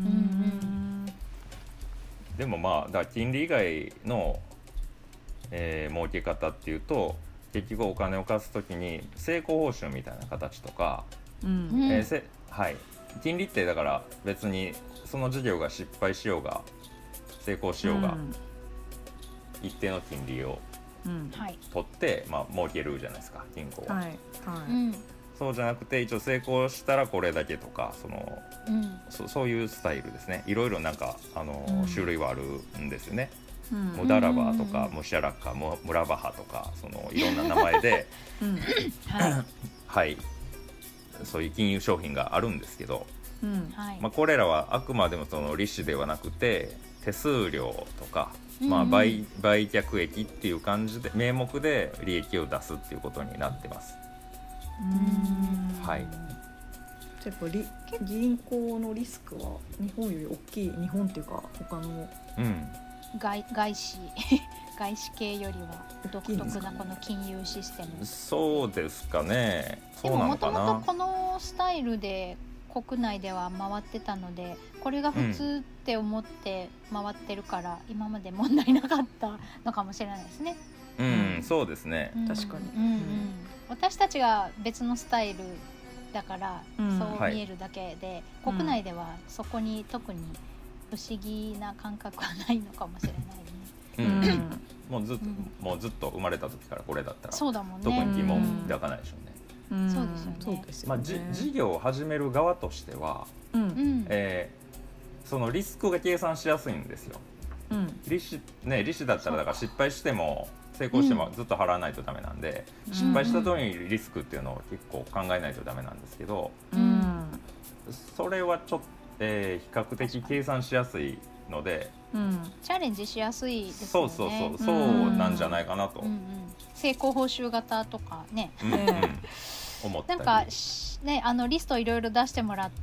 でもまあだから金利以外の、えー、儲け方っていうと結局お金を貸すときに成功報酬みたいな形とか、うんえーせはい、金利ってだから別にその事業が失敗しようが成功しようが、うん、一定の金利を取って、うんまあ、儲けるじゃないですか銀行は、はいはい、そうじゃなくて一応成功したらこれだけとか その、うん、そ, そういうスタイルですね。いろいろなんかあの、うん、種類はあるんですよね。うん、ムダラバーとか、うん、ムシャラッカムムラバハとかそのいろんな名前で、うんはいはい、そういう金融商品があるんですけど、 うんはいまあ、これらはあくまでもその利子ではなくて手数料とか、まあ、売, 売却益っていう感じで名目で利益を出すっていうことになってます。 うん、はい、やっぱり銀行のリスクは日本より大きい、日本っていうか他の、 うん、外, 外資外資系よりは独特なこの金融システム。 そうですかね。そうなのかな。 でももともとこのスタイルで国内では回ってたので、これが普通って思って回ってるから、うん、今まで問題なかったのかもしれないですね。 うん、うん、そうですね、 うん、確かに、 うんうん、私たちが別のスタイルだから、うん、そう見えるだけで、はい、国内ではそこに特に不思議な感覚はないのかもしれないね。 うん、もうずっと、うん、もうずっと生まれた時からこれだったらそうだもんね、 特に疑問抱かないでしょうね。 うん、そうですよね。 そうですよね。 まあ、じ事業を始める側としては、うんえー、そのリスクが計算しやすいんですよ。うん、利子ね、利子だったらだから失敗しても成功してもずっと払わないとダメなんで、うん、失敗した時にリスクっていうのを結構考えないとダメなんですけど、うん、それはちょっと、えー、比較的計算しやすいので、 うん、チャレンジしやすいですよね。そうそうそう、そうなんじゃないかなと、うんうん、 成功報酬型とかね、 うんうん思ったりなんかね、あのリストいろいろ出してもらって、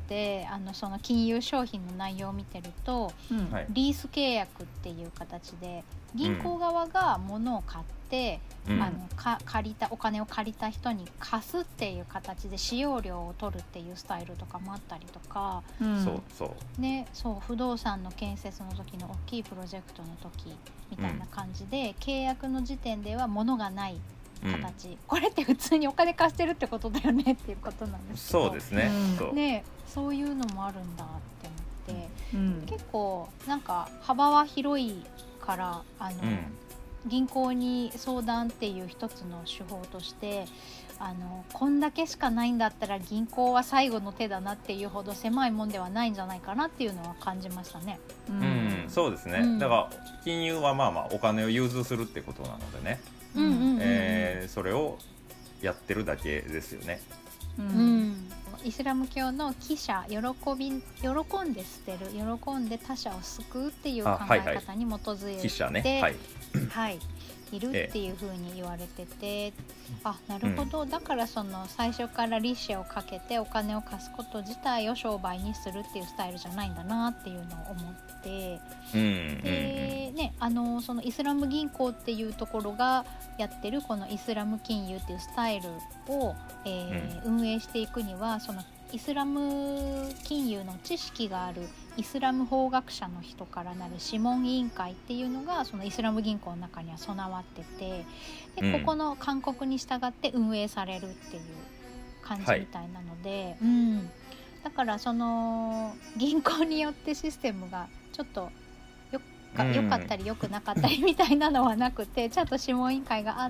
あのその金融商品の内容を見てると、うん、リース契約っていう形で銀行側が物を買って、うん、あのか借りたお金を借りた人に貸すっていう形で使用料を取るっていうスタイルとかもあったりとか、 うん、そうそう、 ね、そう不動産の建設の時の大きいプロジェクトの時みたいな感じで、うん、契約の時点では物がない形、うん、これって普通にお金貸してるってことだよねっていうことなんですけど、 そうですね、 うん、ね、そういうのもあるんだって思って、うん、結構なんか幅は広いからあの、うん、銀行に相談っていう一つの手法としてあのこんだけしかないんだったら銀行は最後の手だなっていうほど狭いもんではないんじゃないかなっていうのは感じましたね。 うん、うん、そうですね、うん、だから金融はまあまあお金を融通するってことなのでね、うんうんうんうん、えー、それをやってるだけですよね。 うんうん、イスラム教の帰捨、喜び喜んで捨てる、喜んで他者を救うっていう考え方に基づいて、 帰捨ね、はい、 はい、いるっていう風に言われてて、ええ、あ、なるほど、うん、だからその最初から利子をかけてお金を貸すこと自体を商売にするっていうスタイルじゃないんだなっていうのを思って、うん、でね、あのそのイスラム銀行っていうところがやってるこのイスラム金融っていうスタイルを、えーうん、運営していくには、そのイスラム金融の知識があるイスラム法学者の人からなる諮問委員会っていうのがそのイスラム銀行の中には備わってて、で、うん、ここの勧告に従って運営されるっていう感じみたいなので、はい、うん、だからその銀行によってシステムがちょっとよか、良かったり良くなかったりみたいなのはなくて、ちゃんと諮問委員会があって、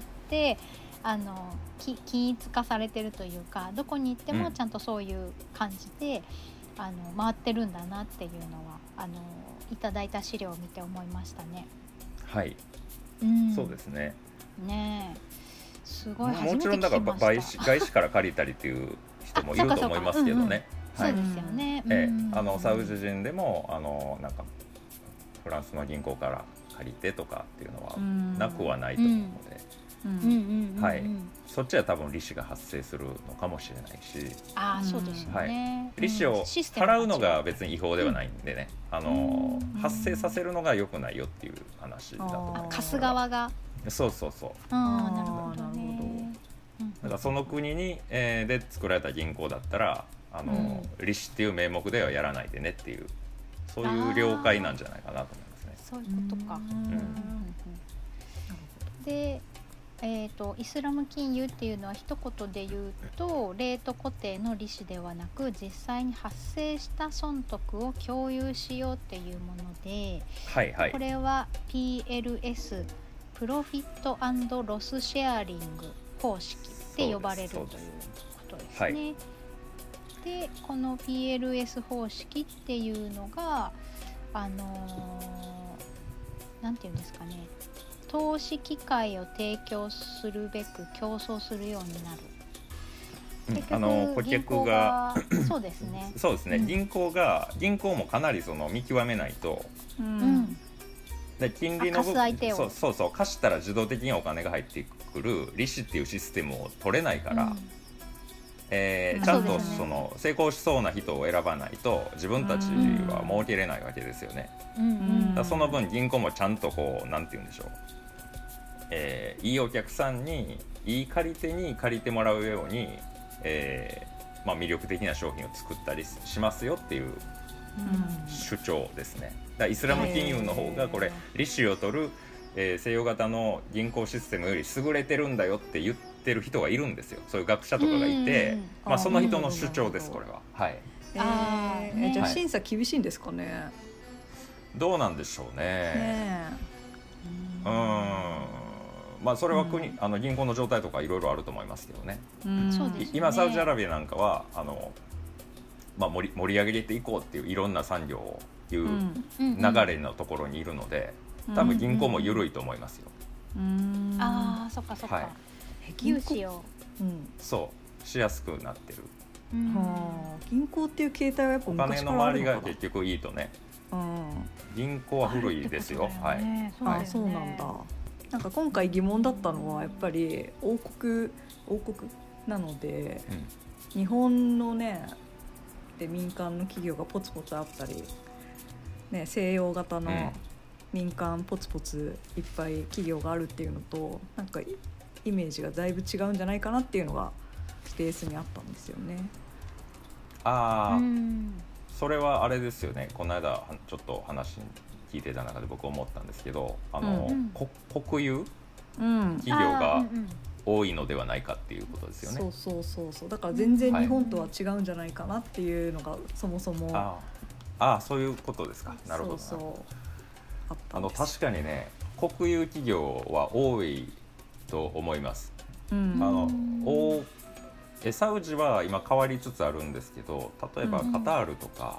あの均一化されてるというか、どこに行ってもちゃんとそういう感じで、うん、あの回ってるんだなっていうのはあのいただいた資料を見て思いましたね。 はい、うん、そうですね。 ねえ、すごい初めて聞きました。もちろんだから外資、外資から借りたりっていう人もいると思いますけどね。 そうですよね。 ええ、あのサウジ人でもあのなんかフランスの銀行から借りてとかっていうのはなくはないと思うので。はい、そっちは多分利子が発生するのかもしれないし、 ああ、そうですよね、 はい、利子を払うのが別に違法ではないんでね、うん、あの発生させるのが良くないよっていう話だと思います。 貸す側が、 そうそうそう、 あ、なるほどね。 だからその国に、えー、で作られた銀行だったらあの、うん、利子っていう名目ではやらないでねっていう、そういう了解なんじゃないかなと思いますね。 そういうことか。うん、でえーと、イスラム金融っていうのは一言で言うと、レート固定の利子ではなく実際に発生した損得を共有しようっていうもので、 はいはい、 これは ピーエルエス プロフィット&ロスシェアリング方式って呼ばれるということですね。はい、でこの ピーエルエス 方式っていうのがあのー、なんていうんですかね、投資機会を提供するべく競争するようになる。 あの顧客がそうですねそうですね、うん、銀行が銀行もかなりその見極めないと、うん、で金利の部分そうそうそう貸したら自動的にお金が入ってくる利子っていうシステムを取れないから、うんえー、ちゃんとその成功しそうな人を選ばないと自分たちは儲けれないわけですよね、うん、だその分銀行もちゃんとこうなんて言うんでしょう、えー、いいお客さんにいい借り手に借りてもらうようにえーまあ、魅力的な商品を作ったりしますよっていう主張ですね。だからイスラム金融の方がこれ利子を取る、えー、西洋型の銀行システムより優れてるんだよって言ってる人がいるんですよ。そういう学者とかがいて、まあ、その人の主張ですこれは。はい。 えーあーね、じゃあ審査厳しいんですかね。はい、 どうなんでしょうね。ねうんまあ、それは国、うん、あの銀行の状態とかいろいろあると思いますけどね、うん、今サウジアラビアなんかはあの、まあ、盛り、盛り上げていこうっていういろんな産業をいう流れのところにいるので、うん、多分銀行も緩いと思いますよ、 うん、ああそっかそっか、はい、融資を、 うん、そうしやすくなってる、 うん、はあ、銀行っていう形態はやっぱ昔からあるのかな。 お金の周りが結局いいとね、うん、銀行は古いですよ、はい、 そう、あ、そうなんだ。なんか今回疑問だったのはやっぱり王国王国なので、うん、日本のねで民間の企業がポツポツあったり、ね、西洋型の民間ポツポツいっぱい企業があるっていうのとなんかイメージがだいぶ違うんじゃないかなっていうのがベースにあったんですよね。 ああ、それはあれですよね。この間ちょっと話に聞いてた中で僕思ったんですけど、あの、うん、国有、うん、企業が多いのではないかっていうことですよね。 そうそうそうそう。だから全然日本とは違うんじゃないかなっていうのがそもそも、 ああ、そういうことですか。なるほどな。 そうそうあったんです。あの確かにね国有企業は多いと思います、うん、あのおえサウジは今変わりつつあるんですけど、例えばカタールとか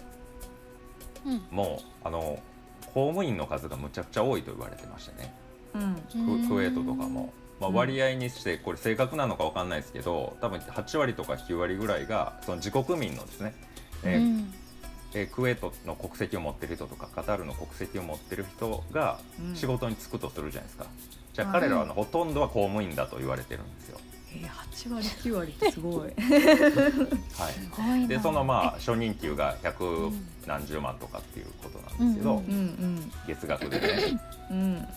も、うん、あの公務員の数がむちゃくちゃ多いと言われてましたね、うん、ク, クウェートとかも、まあ、割合にしてこれ正確なのか分かんないですけど、多分はち割とかきゅう割ぐらいがその自国民のですね、えーうんえー、クウェートの国籍を持ってる人とかカタールの国籍を持ってる人が仕事に就くとするじゃないですか、うん、じゃあ彼らはあのほとんどは公務員だと言われてるんですよ。 えー、はち割きゅう割ってすごい、はい、 でそのまあ初任給が百何十万とかっていうことなんですけど、うんうん、月額でね、うん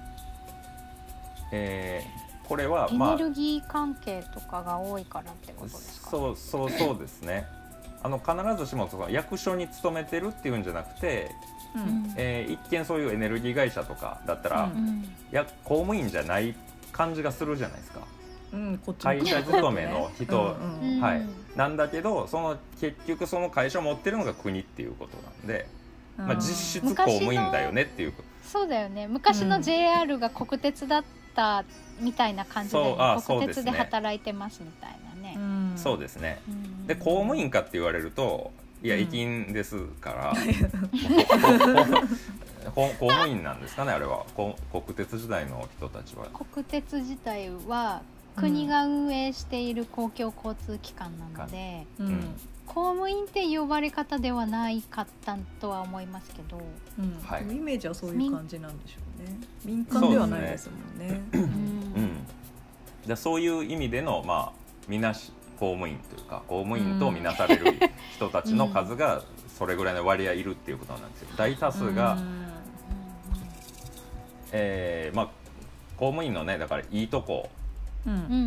えー、これは、まあ、 エネルギー関係とかが多いからってことですか。 そうそうそうですね。あの必ずしもその役所に勤めてるっていうんじゃなくて、うんえー、一見そういうエネルギー会社とかだったら、うん、や公務員じゃない感じがするじゃないですか。うん、こっち会社勤めの人、うんうんはい、なんだけどその結局その会社を持ってるのが国っていうことなんで、うんまあ、実質公務員だよねっていう。 そうだよね。昔の ジェイアール が国鉄だったみたいな感じで、ねうん、国鉄で働いてますみたいなね。 そうですね、うん、で公務員かって言われるといや、うん、駅員ですから、うん、公務員なんですかねあれは。国鉄時代の人たちは国鉄自体は国が運営している公共交通機関なので、うん、公務員って呼ばれ方ではないかったとは思いますけど、 うんはい、イメージはそういう感じなんでしょうね。民間ではないですもんね。そうですね、うんうん、 じゃそういう意味での、まあ、みなし公務員というか公務員とみなされる人たちの数がそれぐらいの割合いるっていうことなんですよ。大多数が、えーまあ、公務員のねだからいいとこうん、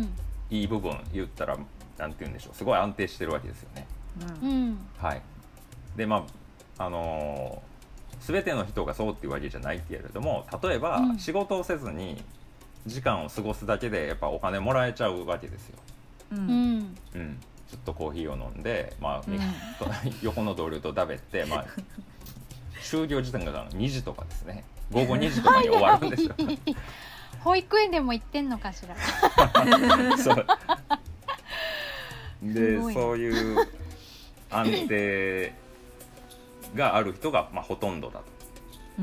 いい部分言ったらなんて言うんでしょう、すごい安定してるわけですよね、うん、はい。でまああのー、全ての人がそうっていうわけじゃないけれども、例えば、うん、仕事をせずに時間を過ごすだけでやっぱお金もらえちゃうわけですよ、うんうんうん、ずっとコーヒーを飲んで、まあうん、横の同僚とだべって、まあ、就業時間がにじとかですね、午後にじとかに終わるんですよ保育園でも行ってんのかしらそうでそういう安定がある人が、まあ、ほとんどだと、うん、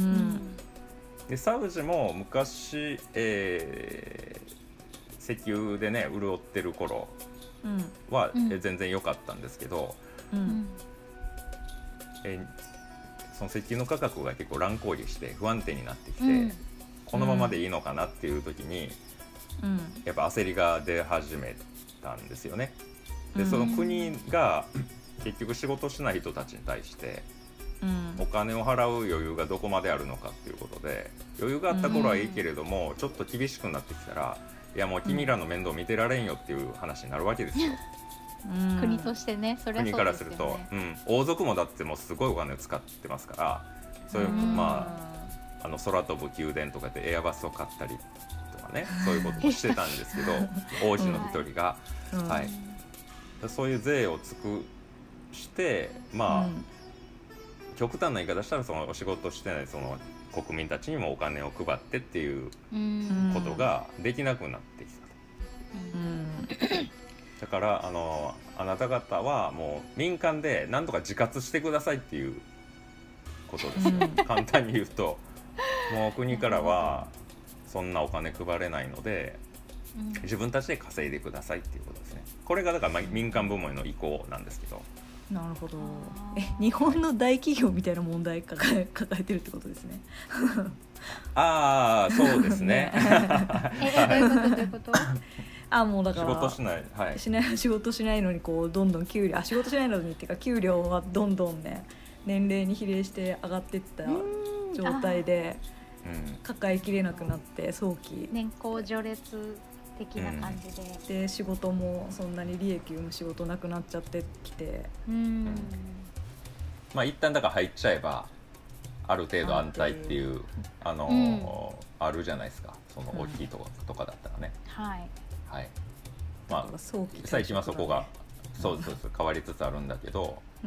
でサウジも昔、えー、石油でね潤ってる頃は、うん、え全然良かったんですけど、うん、えその石油の価格が結構乱高下して不安定になってきて、うん、このままでいいのかなっていう時に、うん、やっぱ焦りが出始めたんですよね。でその国が結局仕事しない人たちに対してお金を払う余裕がどこまであるのかっていうことで、余裕があった頃はいいけれども、ちょっと厳しくなってきたら、いやもう君らの面倒見てられんよっていう話になるわけですよ。 うん、国としてね、それはそうですよね。国からすると、 うん、王族もだってもうすごいお金を使ってますから、そういう、まあ、あの空飛ぶ宮殿とかでエアバスを買ったりとかね、そういうこともしてたんですけど王子の一人が、うんはい、そういう税を尽くしてまあ、うん、極端な言い方したらそのお仕事してないその国民たちにもお金を配ってっていうことができなくなってきたと、うん、だからあのあなた方はもう民間で何とか自活してくださいっていうことですよ、うん、簡単に言うともう国からはそんなお金配れないので、うん、自分たちで稼いでくださいっていうことですね。これがだから民間部門への移行なんですけど。 なるほど。え、日本の大企業みたいな問題抱え、抱えてるってことですね。 ああ、そうですね。 え、どういうことどういうこと？ あ、もうだから仕事しない、はい、 しない仕事しないのにこうどんどん給料、あ、仕事しないのにっていうか給料はどんどんね年齢に比例して上がっていった状態で抱えきれなくなって早期年功序列的な感じで、 うん、で仕事もそんなに利益生む仕事なくなっちゃってきて、うん、 まあ一旦だから入っちゃえばある程度安泰っていうあの、うん、あるじゃないですか、その大きいとこ、うん、とかだったらね、はいはい、まあ最近はそこがそうですそうです変わりつつあるんだけど、うん、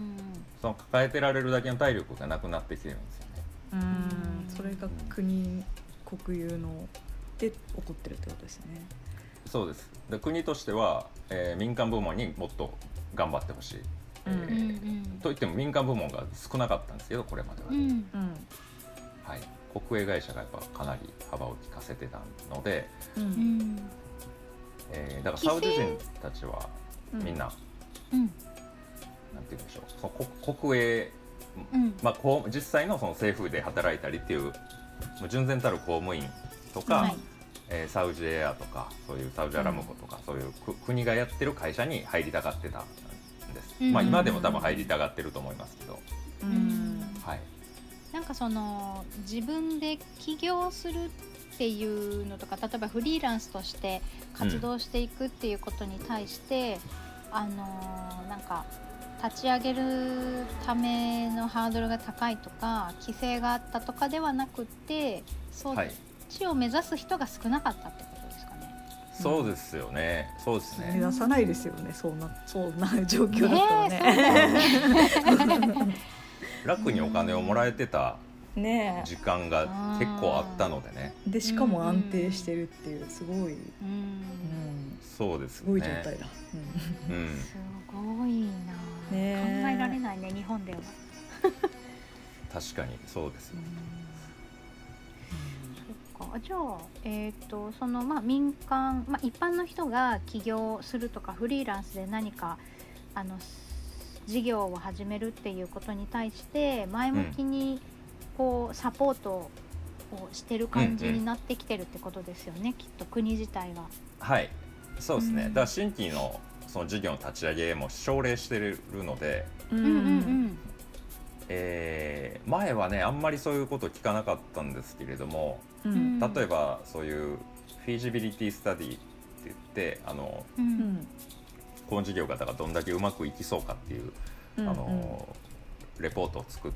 その抱えてられるだけの体力がなくなってきてるんですよね。 うん、それが国国有ので起こってるってことですね。 そうです。で国としては、えー、民間部門にもっと頑張ってほしい、うんえー、といっても民間部門が少なかったんですけどこれまでは、うんはい、国営会社がやっぱかなり幅を利かせてたので、うんえー、だからサウジ人たちはみんな、うん、なんて言うんでしょう、その国営、うんまあ、こう実際のその政府で働いたりっていう純然たる公務員とか、はいえー、サウジエアとかそういうサウジアラムコとか、うん、そういう国がやってる会社に入りたがってたんです、うんまあ、今でも多分入りたがってると思いますけど、うんはい、 なんかその自分で起業するっていうのとか例えばフリーランスとして活動していくっていうことに対して、うん、あのー、なんか立ち上げるためのハードルが高いとか規制があったとかではなくてそう、はい地を目指す人が少なかったってことですかね。 そうですよね、うん、そうですね。 目指さないですよね、そんなそんな状況だったらね。 ね楽にお金をもらえてた時間が結構あったのでね。 でしかも安定してるっていうすごい、うんうん、 そうですね。 すごい状態だ。 うんうん、すごいな、ね、考えられないね日本では。 確かにそうですよ。 じゃあ、えーとそのまあ、民間、まあ、一般の人が起業するとかフリーランスで何かあの事業を始めるっていうことに対して前向きにこうサポートをしてる感じになってきてるってことですよね、うんうん、きっと国自体は。 はいそうですね、うん、だから新規のその事業の立ち上げも奨励してるので、うんうんうんえー、前はねあんまりそういうこと聞かなかったんですけれども、うん、例えばそういうフィージビリティスタディって言ってあの、うん、この事業がだからどんだけうまくいきそうかっていう、うん、あのレポートを作って、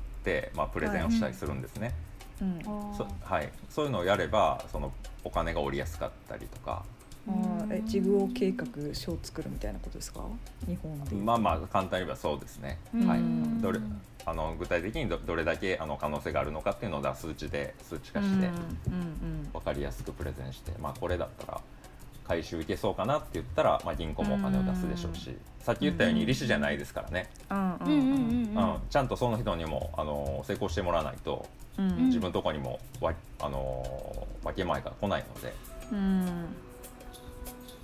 まあ、プレゼンをしたりするんですね、うんそはい、そういうのをやればそのお金が下りやすかったりとか。 あえ事業計画書を作るみたいなことですか日本で。 まあまあ簡単に言えばそうですね、はい、どれあの具体的に ど, どれだけあの可能性があるのかっていうのを数値で数値化して分かりやすくプレゼンして、まあ、これだったら回収いけそうかなって言ったら、まあ、銀行もお金を出すでしょうし、さっき言ったように利子じゃないですからね、ちゃんとその人にもあの成功してもらわないと、うん、自分のところにもわあの分け前が来ないので、うん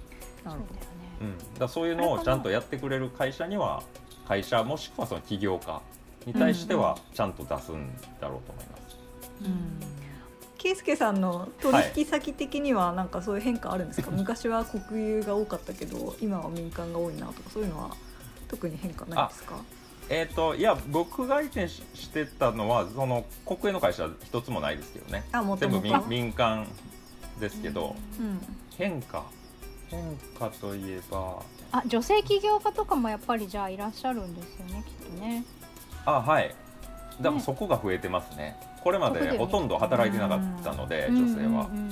そうだよね、 うん、だからそういうのをちゃんとやってくれる会社には会社もしくはその起業家に対してはちゃんと出すんだろうと思います。 うんうん、圭介さんの取引先的にはなんかそういう変化あるんですか？はい、昔は国有が多かったけど今は民間が多いなとかそういうのは特に変化ないですか？ えー、といや僕が相手してたのはその国営の会社は一つもないですけどね。 あもともと全部 民, 民間ですけど、 うん、 変化変化といえばあ女性起業家とかもやっぱりじゃあいらっしゃるんですよねきっとね。 あはいだからそこが増えてますね。これまでほとんど働いてなかったので、女性は、うんうん、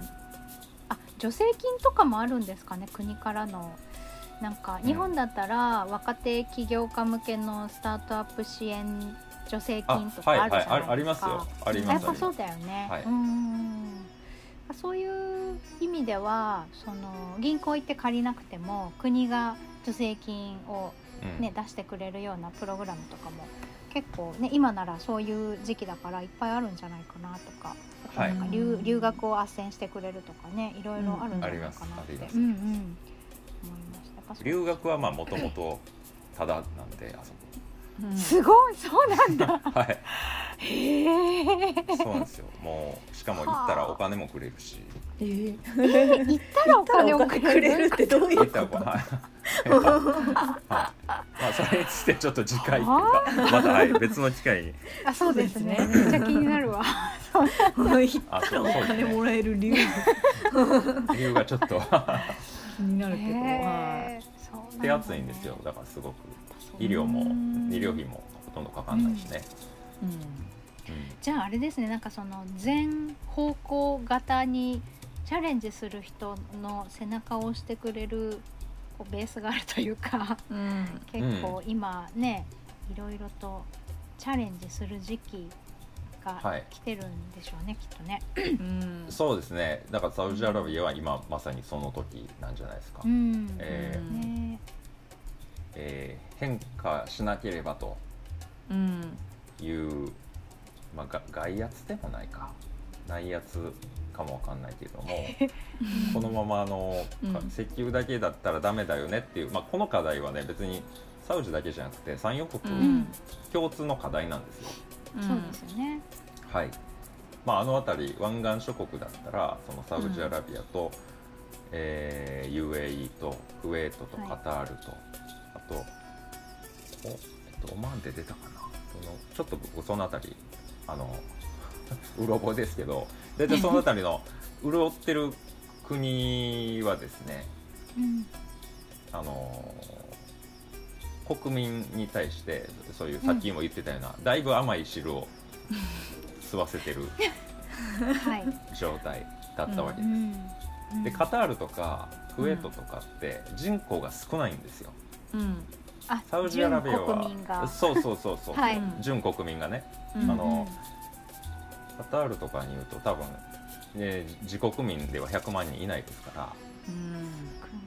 あ助成金とかもあるんですかね、国からの。なんか日本だったら若手起業家向けのスタートアップ支援助成金とかあるじゃないですか。はいはい、ありますよ。あります。やっぱそうだよね、はい、うんそういう意味ではその銀行行って借りなくても国が助成金を、ねうん、出してくれるようなプログラムとかも結構ね今ならそういう時期だからいっぱいあるんじゃないかなとか、あとなんか 留,、はい、留学を斡旋してくれるとかねいろいろあるんじゃないかなって、うん、あります、あります、うんうん、思いました。 留学はまあもともとただなんであそこ、 うん、すごいそうなんだはいへえそうなんですよ。もうしかも行ったらお金もくれるし、 えー、えー、行ったらお金をくれるってどういうこと？はいはいまあそれについてちょっと次回っていうかまた、はい、別の機会に。 あそうですねめっちゃ気になるわ行ったらお金もらえる理由理由がちょっと気になるけど、 えーはい、手厚いんですよ。だからすごく医療も医療費もほとんどかかんないしね、うんうん、 じゃああれですね、なんかその全方向型にチャレンジする人の背中を押してくれるこうベースがあるというか、うん、結構今ねいろいろとチャレンジする時期が来てるんでしょうね、はい、きっとね、 うん、そうですね。だからサウジアラビアは今まさにその時なんじゃないですか、うんえーねえー、変化しなければという、うんまあ、外圧でもないか内圧かもわかんないけれどもこのままあの、うん、石油だけだったらダメだよねっていう、まあ、この課題はね別にサウジだけじゃなくて産油国共通の課題なんですよ、 うん、そうですよね。 はい。まああの辺り湾岸諸国だったらそのサウジアラビアと、うんえー、ユーエーイー とクウェートとカタールと、はい、あとお、えっと、オマーンで出たかなそのちょっと僕その辺りあのうろ覚えですけど大体その辺りの潤ってる国はですね、うん、あの国民に対してそういうさっきも言ってたような、うん、だいぶ甘い汁を吸わせてる状態だったわけです、うんうん、でカタールとかクウェートとかって人口が少ないんですよ、うん、 あサウジアラビアは準国民がそうそうそうそう、はい、準国民がね、うん、あの、うん、カタールとかに言うと多分、ね、自国民ではひゃくまんにんいないですから、うん、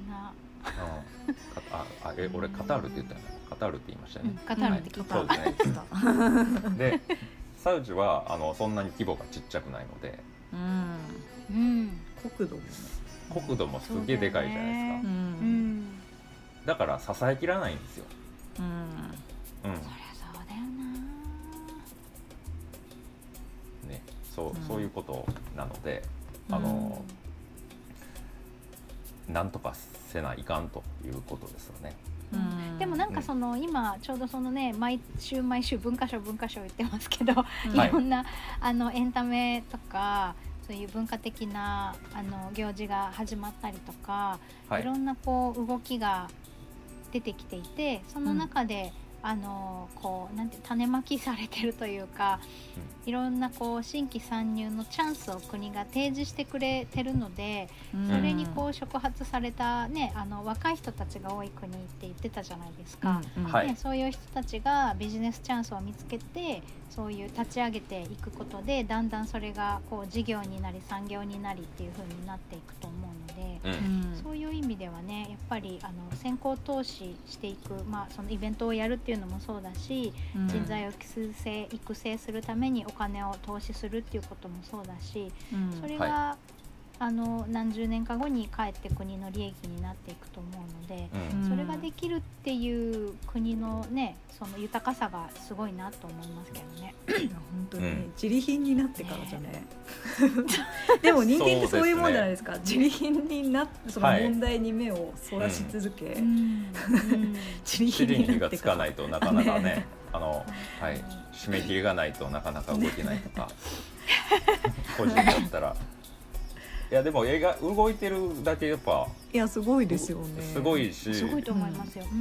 なうん、ああえ俺カタールって言ったよね。カタールって言いましたよね、うん、 カタールって聞いた、 はい、そうですねでサウジはあのそんなに規模がちっちゃくないので、うんうん、国土もね国土もすげえでかいじゃないですか、うん、だから支えきらないんですよ、うんうん、 そりゃそうだよな、ね、そう、うん、そういうことなのであの、うん、なんとかせないかんということですよね。 うん、でもなんかその、うん、今ちょうどそのね毎週毎週文化賞文化賞言ってますけど、はい、いろんなあのエンタメとかそういう文化的なあの行事が始まったりとか、はい、いろんなこう動きが出てきていてその中で、うん、あのこうなんて種まきされてるというか、うん、いろんなこう新規参入のチャンスを国が提示してくれてるので、うん、それにこう触発された、ね、あの若い人たちが多い国って言ってたじゃないですか、うんうんね、そういう人たちがビジネスチャンスを見つけてそういう立ち上げていくことでだんだんそれがこう事業になり産業になりっていう風になっていくと思うので、うん、そういう意味ではねやっぱりあの先行投資していく、まあ、そのイベントをやるっていうのもそうだし、うん、人材を育成、育成するためにお金を投資するっていうこともそうだし、うん、それが、はい、 あの何十年か後にかえって国の利益になっていくと思うので、うん、それができるっていう国のねその豊かさがすごいなと思いますけどね。 本当に、ね、うん、自利品になってからじゃね、ねでも人間ってそういうもんじゃないですか。自利品になってその問題に目をそらし続け、はい、うん、 自利品に火がつかないとなかなかね、ねあの、はい、締め切りがないとなかなか動けないとか個人だったらいやでも映画動いてるだけやっぱいやすごいですよね。 すごいしすごいと思いますよ、うん、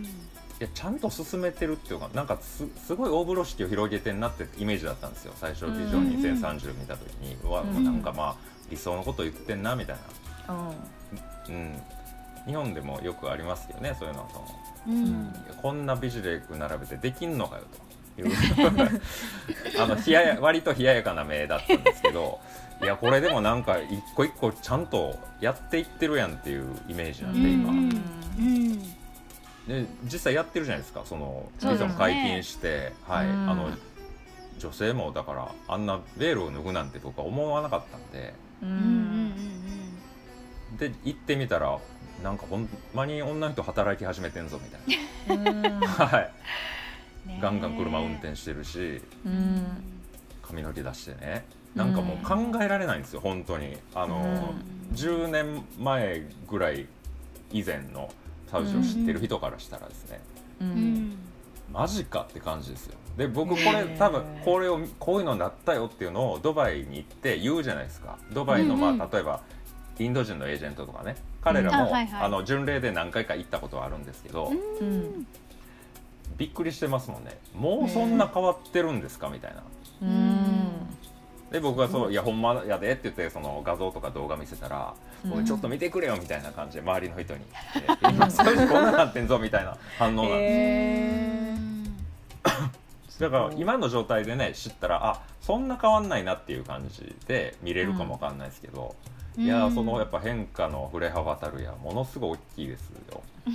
いやちゃんと進めてるっていうかなんか す, すごい大風呂敷を広げてんなってイメージだったんですよ最初ビジョンにせんさんじゅう見た時に、うん、わなんかまあ理想のこと言ってんなみたいな、うんうん、日本でもよくありますよねそういうのと、うん、こんな美女レイク並べてできんのかよというあの冷や割と冷ややかな目だったんですけどいやこれでもなんか一個一個ちゃんとやっていってるやんっていうイメージなんで今、うん、で実際やってるじゃないですかそのビジョン解禁して、ねはい、あの女性もだからあんなベールを脱ぐなんて僕は思わなかったんで、うん、で行ってみたらなんかほんまに女の人働き始めてんぞみたいな、うんはいね、ガンガン車運転してるし、うん、髪の毛出してねなんかもう考えられないんですよ本当にあの、うん、じゅうねんまえぐらい以前のサウジを知ってる人からしたらですね、うん、マジかって感じですよ。で僕これ多分これをこういうのになったよっていうのをドバイに行って言うじゃないですか。ドバイのまあ例えばインド人のエージェントとかね彼らも、うんはいはい、あの巡礼で何回か行ったことはあるんですけど、うん、びっくりしてますもんね。もうそんな変わってるんですかみたいな、うんで僕がそういやほんまやでって言ってその画像とか動画見せたら、うん、ちょっと見てくれよみたいな感じで周りの人に今最初こんななってんぞみたいな反応なんです、えー、だから今の状態でね知ったらあそんな変わんないなっていう感じで見れるかもわかんないですけど、うん、いやそのやっぱ変化の振れ幅たるやものすごい大きいですよ、うん、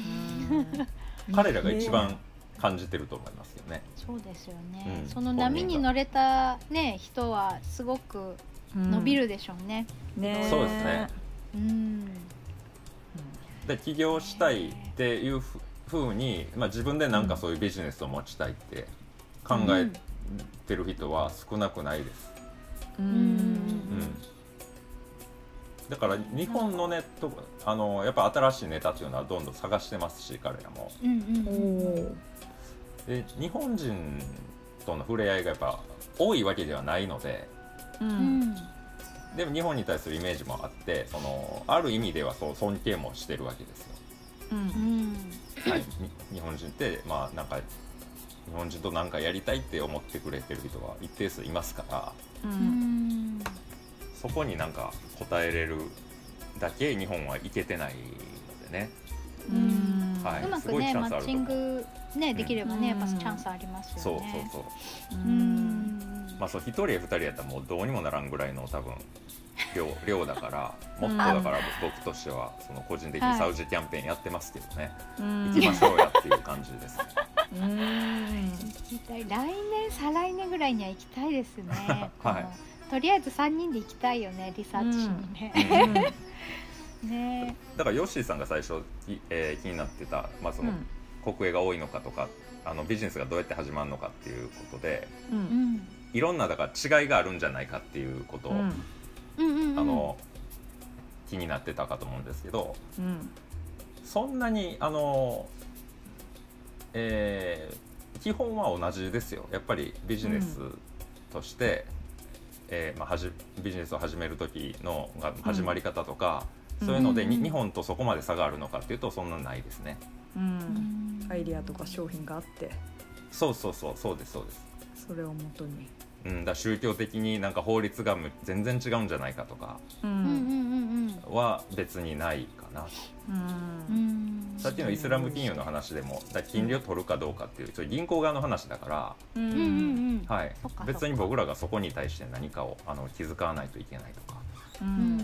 彼らが一番感じてると思いますよね。 そうですよね、うん、その波に乗れた、ね、人はすごく伸びるでしょうね、 うん、ねそうですね、うん、で起業したいっていうふうに、まあ、自分でなんかそういうビジネスを持ちたいって考えてる人は少なくないです、うんうん、だから日本のネットあのやっぱ新しいネタっていうのはどんどん探してますし彼らも、うんうん、で日本人との触れ合いがやっぱ多いわけではないので、うん、でも日本に対するイメージもあってそのある意味ではそう尊敬もしてるわけですよ、うんはい、日本人ってまあなんか日本人と何かやりたいって思ってくれてる人は一定数いますから、うん、そこになんか応えれるだけ日本はいけてないのでね、 うんはい、うまくねマッチング、ね、できればね、うん、やっぱチャンスありますよね。 そうそうそう、うんまあ、そうひとりやふたりやったらもうどうにもならんぐらいの多分 量, 量だからもっとだから僕としてはその個人的にサウジキャンペーンやってますけどね、はい、行きましょうやっていう感じですね。 うん行きたい来年再来年ぐらいには行きたいですね、はい、とりあえずさんにんで行きたいよねリサーチしにね、うんね、 だからヨッシーさんが最初、えー、気になってた、まあ、その国営が多いのかとかあのビジネスがどうやって始まるのかっていうことで、うん、いろんなだから違いがあるんじゃないかっていうことを、うんあの気になってたかと思うんですけど、うん、そんなにあの、えー、基本は同じですよ。やっぱりビジネスとして、うんえーまあ、はじビジネスを始める時のが始まり方とか、うん、そういうので、うん、日本とそこまで差があるのかっていうとそんなないですね、うん、 アイデアとか商品があってそうそうそうそうですそうです。 それをもとにうん、だ宗教的になんか法律が全然違うんじゃないかとかは別にないかな、うん、さっきのイスラム金融の話でもだ金利を取るかどうかっていうそれ銀行側の話だから、うんはい、別に僕らがそこに対して何かをあの気遣わないといけないとか、うん、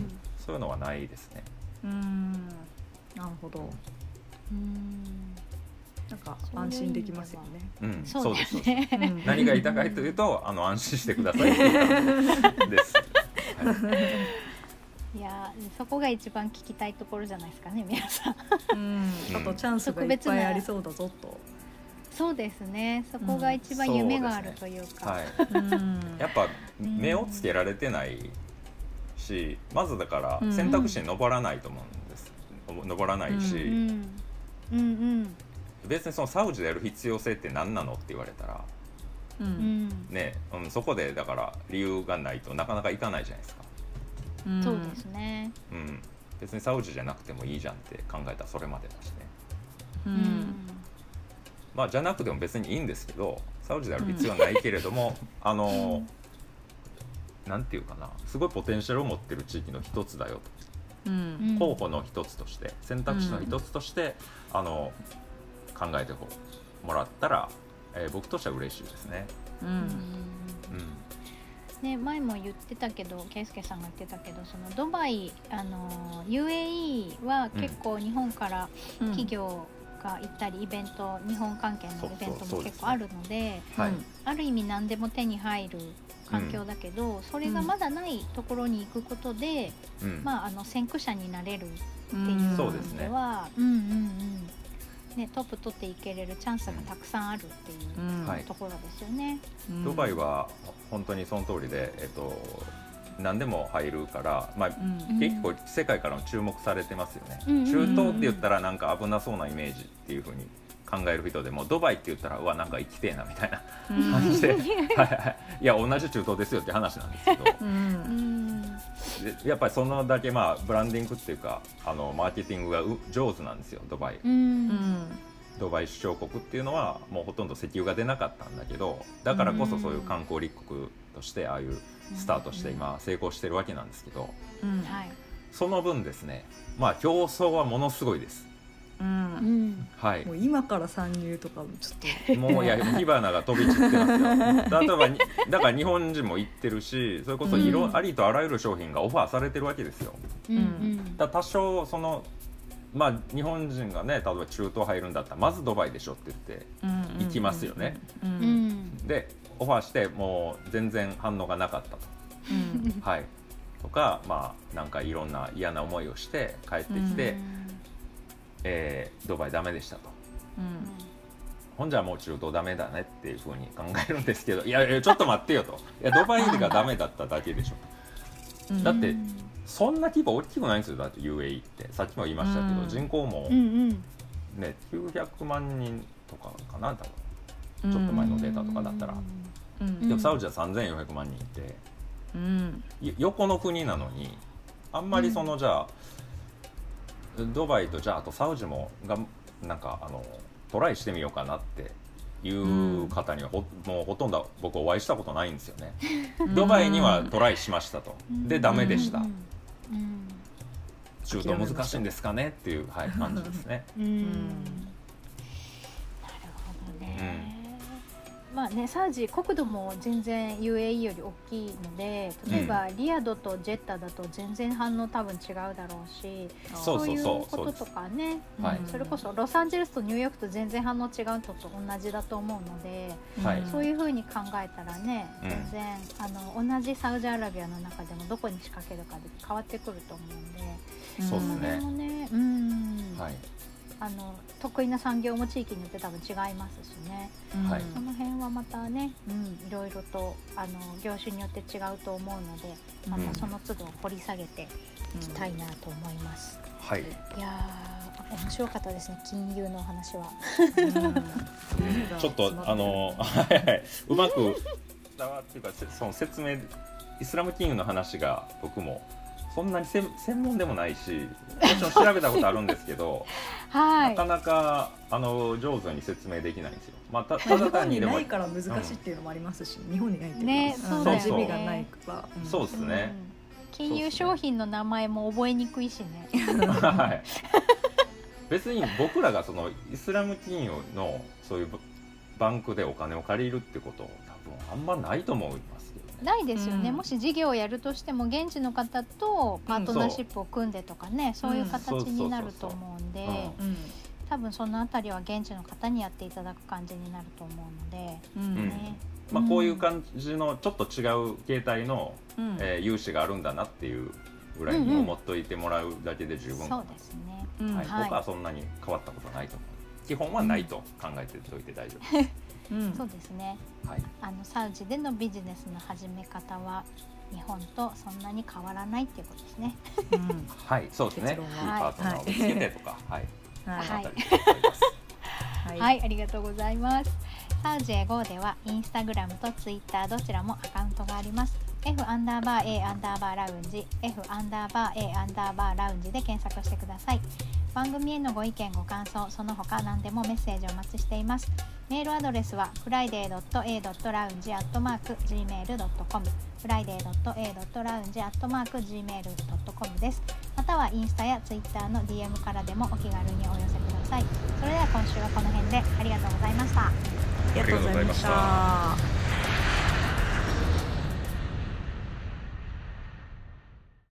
そういうのはないですね。 うんなるほど。うんなんか安心できますよね。 うん、そうです。何が言いたかいというと、あの安心してくださいっていう感じです。はい、 いやそこが一番聞きたいところじゃないですかね皆さん。 うん、あとチャンスがいっぱいありそうだぞと。 そうですね、そこが一番夢があるというか、 うん、そうですね、はい、うん、やっぱ目をつけられてないし、まずだから選択肢に上らないと思うんです、うん、上らないし、うんうんうん、別にそのサウジでやる必要性って何なのって言われたら、うんねうん、そこでだから理由がないとなかなかいかないじゃないですか、 うん、そうですね、 うん、別にサウジじゃなくてもいいじゃんって考えたらそれまでだしね、 うん、 まあ、じゃなくても別にいいんですけど、サウジである必要はないけれども、うん、あの、うん、なんていうかな、すごいポテンシャルを持ってる地域の一つだよと、うん、候補の一つとして選択肢の一つとして、うん、あの考えてもらったら、えー、僕としては嬉しいですね。うんうんね、前も言ってたけど、圭介さんが言ってたけど、そのドバイ、あの ユーエーイー は結構日本から企業が行ったり、イベント、日本関係のイベントも結構あるので、はい、ある意味何でも手に入る環境だけど、うん、それがまだないところに行くことで、うん、まあ、あの先駆者になれるっていう意味では、うんうんうんね、トップ取っていけれるチャンスがたくさんあるっていう、うん、ところですよね、 うん、ドバイは本当にその通りで、えっと、何でも入るから、まあうん、結構世界からも注目されてますよね、うん、中東って言ったらなんか危なそうなイメージっていう風に考える人でも、ドバイって言ったらうわなんか生きてえなみたいな感じで、うん、はいはい、いや同じ中東ですよって話なんですけど、うん、でやっぱりそのだけまあブランディングっていうか、あのマーケティングが上手なんですよドバイ、うん、ドバイ首長国っていうのはもうほとんど石油が出なかったんだけど、だからこそそういう観光立国としてああいうスタートして今成功してるわけなんですけど、うんはい、その分ですね、まあ競争はものすごいです、うんはい、 もう今から参入とかもちょっともういや火花が飛び散ってますよ例えばだから日本人も行ってるし、それこそ色、うん、ありとあらゆる商品がオファーされてるわけですよ、うん、だ多少そのまあ日本人がね、例えば中東入るんだったらまずドバイでしょって言って行きますよね、うんうんうん、でオファーしてもう全然反応がなかったと、うんはい、とか、まあなんかいろんな嫌な思いをして帰ってきて、うんえー、ドバイダメでしたと、うん、ほんじゃもう中東ダメだねっていうふうに考えるんですけど、いやいやちょっと待ってよと、いやドバイがダメだっただけでしょ、うん、だってそんな規模大きくないんですよ、だって ユーエーイー ってさっきも言いましたけど、うん、人口も、ね、きゅうひゃくまんにんとかかな多分、ちょっと前のデータとかだったら、うん、でもサウジはさんぜんよんひゃくまんにんいて、うん、横の国なのにあんまりそのじゃあドバイとじゃああとサウジもがなんかあのトライしてみようかなっていう方には ほ,、うん、もうほとんど僕お会いしたことないんですよねドバイにはトライしましたと、でダメでした、うんうん、中東難しいんですかねっていう、はい、感じですねうん、なるほどね、うんまあね、サウジ国土も全然 ユーエーイー より大きいので、例えばリヤドとジェッタだと全然反応多分違うだろうし、うん、そういうこととかね、そ, うん、それこそロサンゼルスとニューヨークと全然反応違うのと同じだと思うので、はい、そういうふうに考えたらね、全然、うん、あの同じサウジアラビアの中でもどこに仕掛けるかで変わってくると思うんで、 そうですね、 ね、うん、はい、あの得意な産業も地域によって多分違いますしね、はい、その辺はまたね、うん、いろいろとあの業種によって違うと思うので、またその都度掘り下げていきたいなと思います、うんはい、いや面白かったですね、金融の話は、 うん、ちょっとあのうまくっていうかその説明、イスラム金融の話が僕もそんなに専門でもないし、もちろん調べたことあるんですけど、はい、なかなかあの上手に説明できないんですよ。まあ、たただ単にでも日本にないから難しいっていうのもありますし、うん、日本にないっていうのは馴染みがないから、 うん、そうですね、 うん、金融商品の名前も覚えにくいしねはい、別に僕らがそのイスラム金融のそういうバンクでお金を借りるってこと多分あんまないと思いますけどね。 ないですよね、うん、もし事業をやるとしても現地の方とパートナーシップを組んでとかね、うん、そういう形になると思うんで、多分そのあたりは現地の方にやっていただく感じになると思うので、うんね、 まあ、こういう感じのちょっと違う形態の、うんえー、融資があるんだなっていうぐらいに思っといてもらうだけで十分かな、 そうですね、 はい、僕はそんなに変わったことないと思う。基本はないと考えておいて大丈夫です、 うん、そうですね、はい、あのサウジでのビジネスの始め方は日本とそんなに変わらないっていうことですね、 うん、はいそうですね、いいパートナーを見つけてとかはい、はい、はいはい、はい、ありがとうございます。サウジへ ゴー ではインスタグラムとツイッターどちらもアカウントがあります。 F アンダーバー A アンダーバーラウンジ F アンダーバー A アンダーバーラウンジで検索してください。番組へのご意見ご感想その他何でもメッセージをお待ちしています。メールアドレスは フライデー ドット エー ドット ラウンジ アットマーク ジーメール ドット コム フライデー ドット エー ドット ラウンジ アットマーク ジーメール ドット コム です。またはインスタやツイッターの ディーエム からでもお気軽にお寄せください。それでは今週はこの辺でありがとうございました。 ありがとうございました。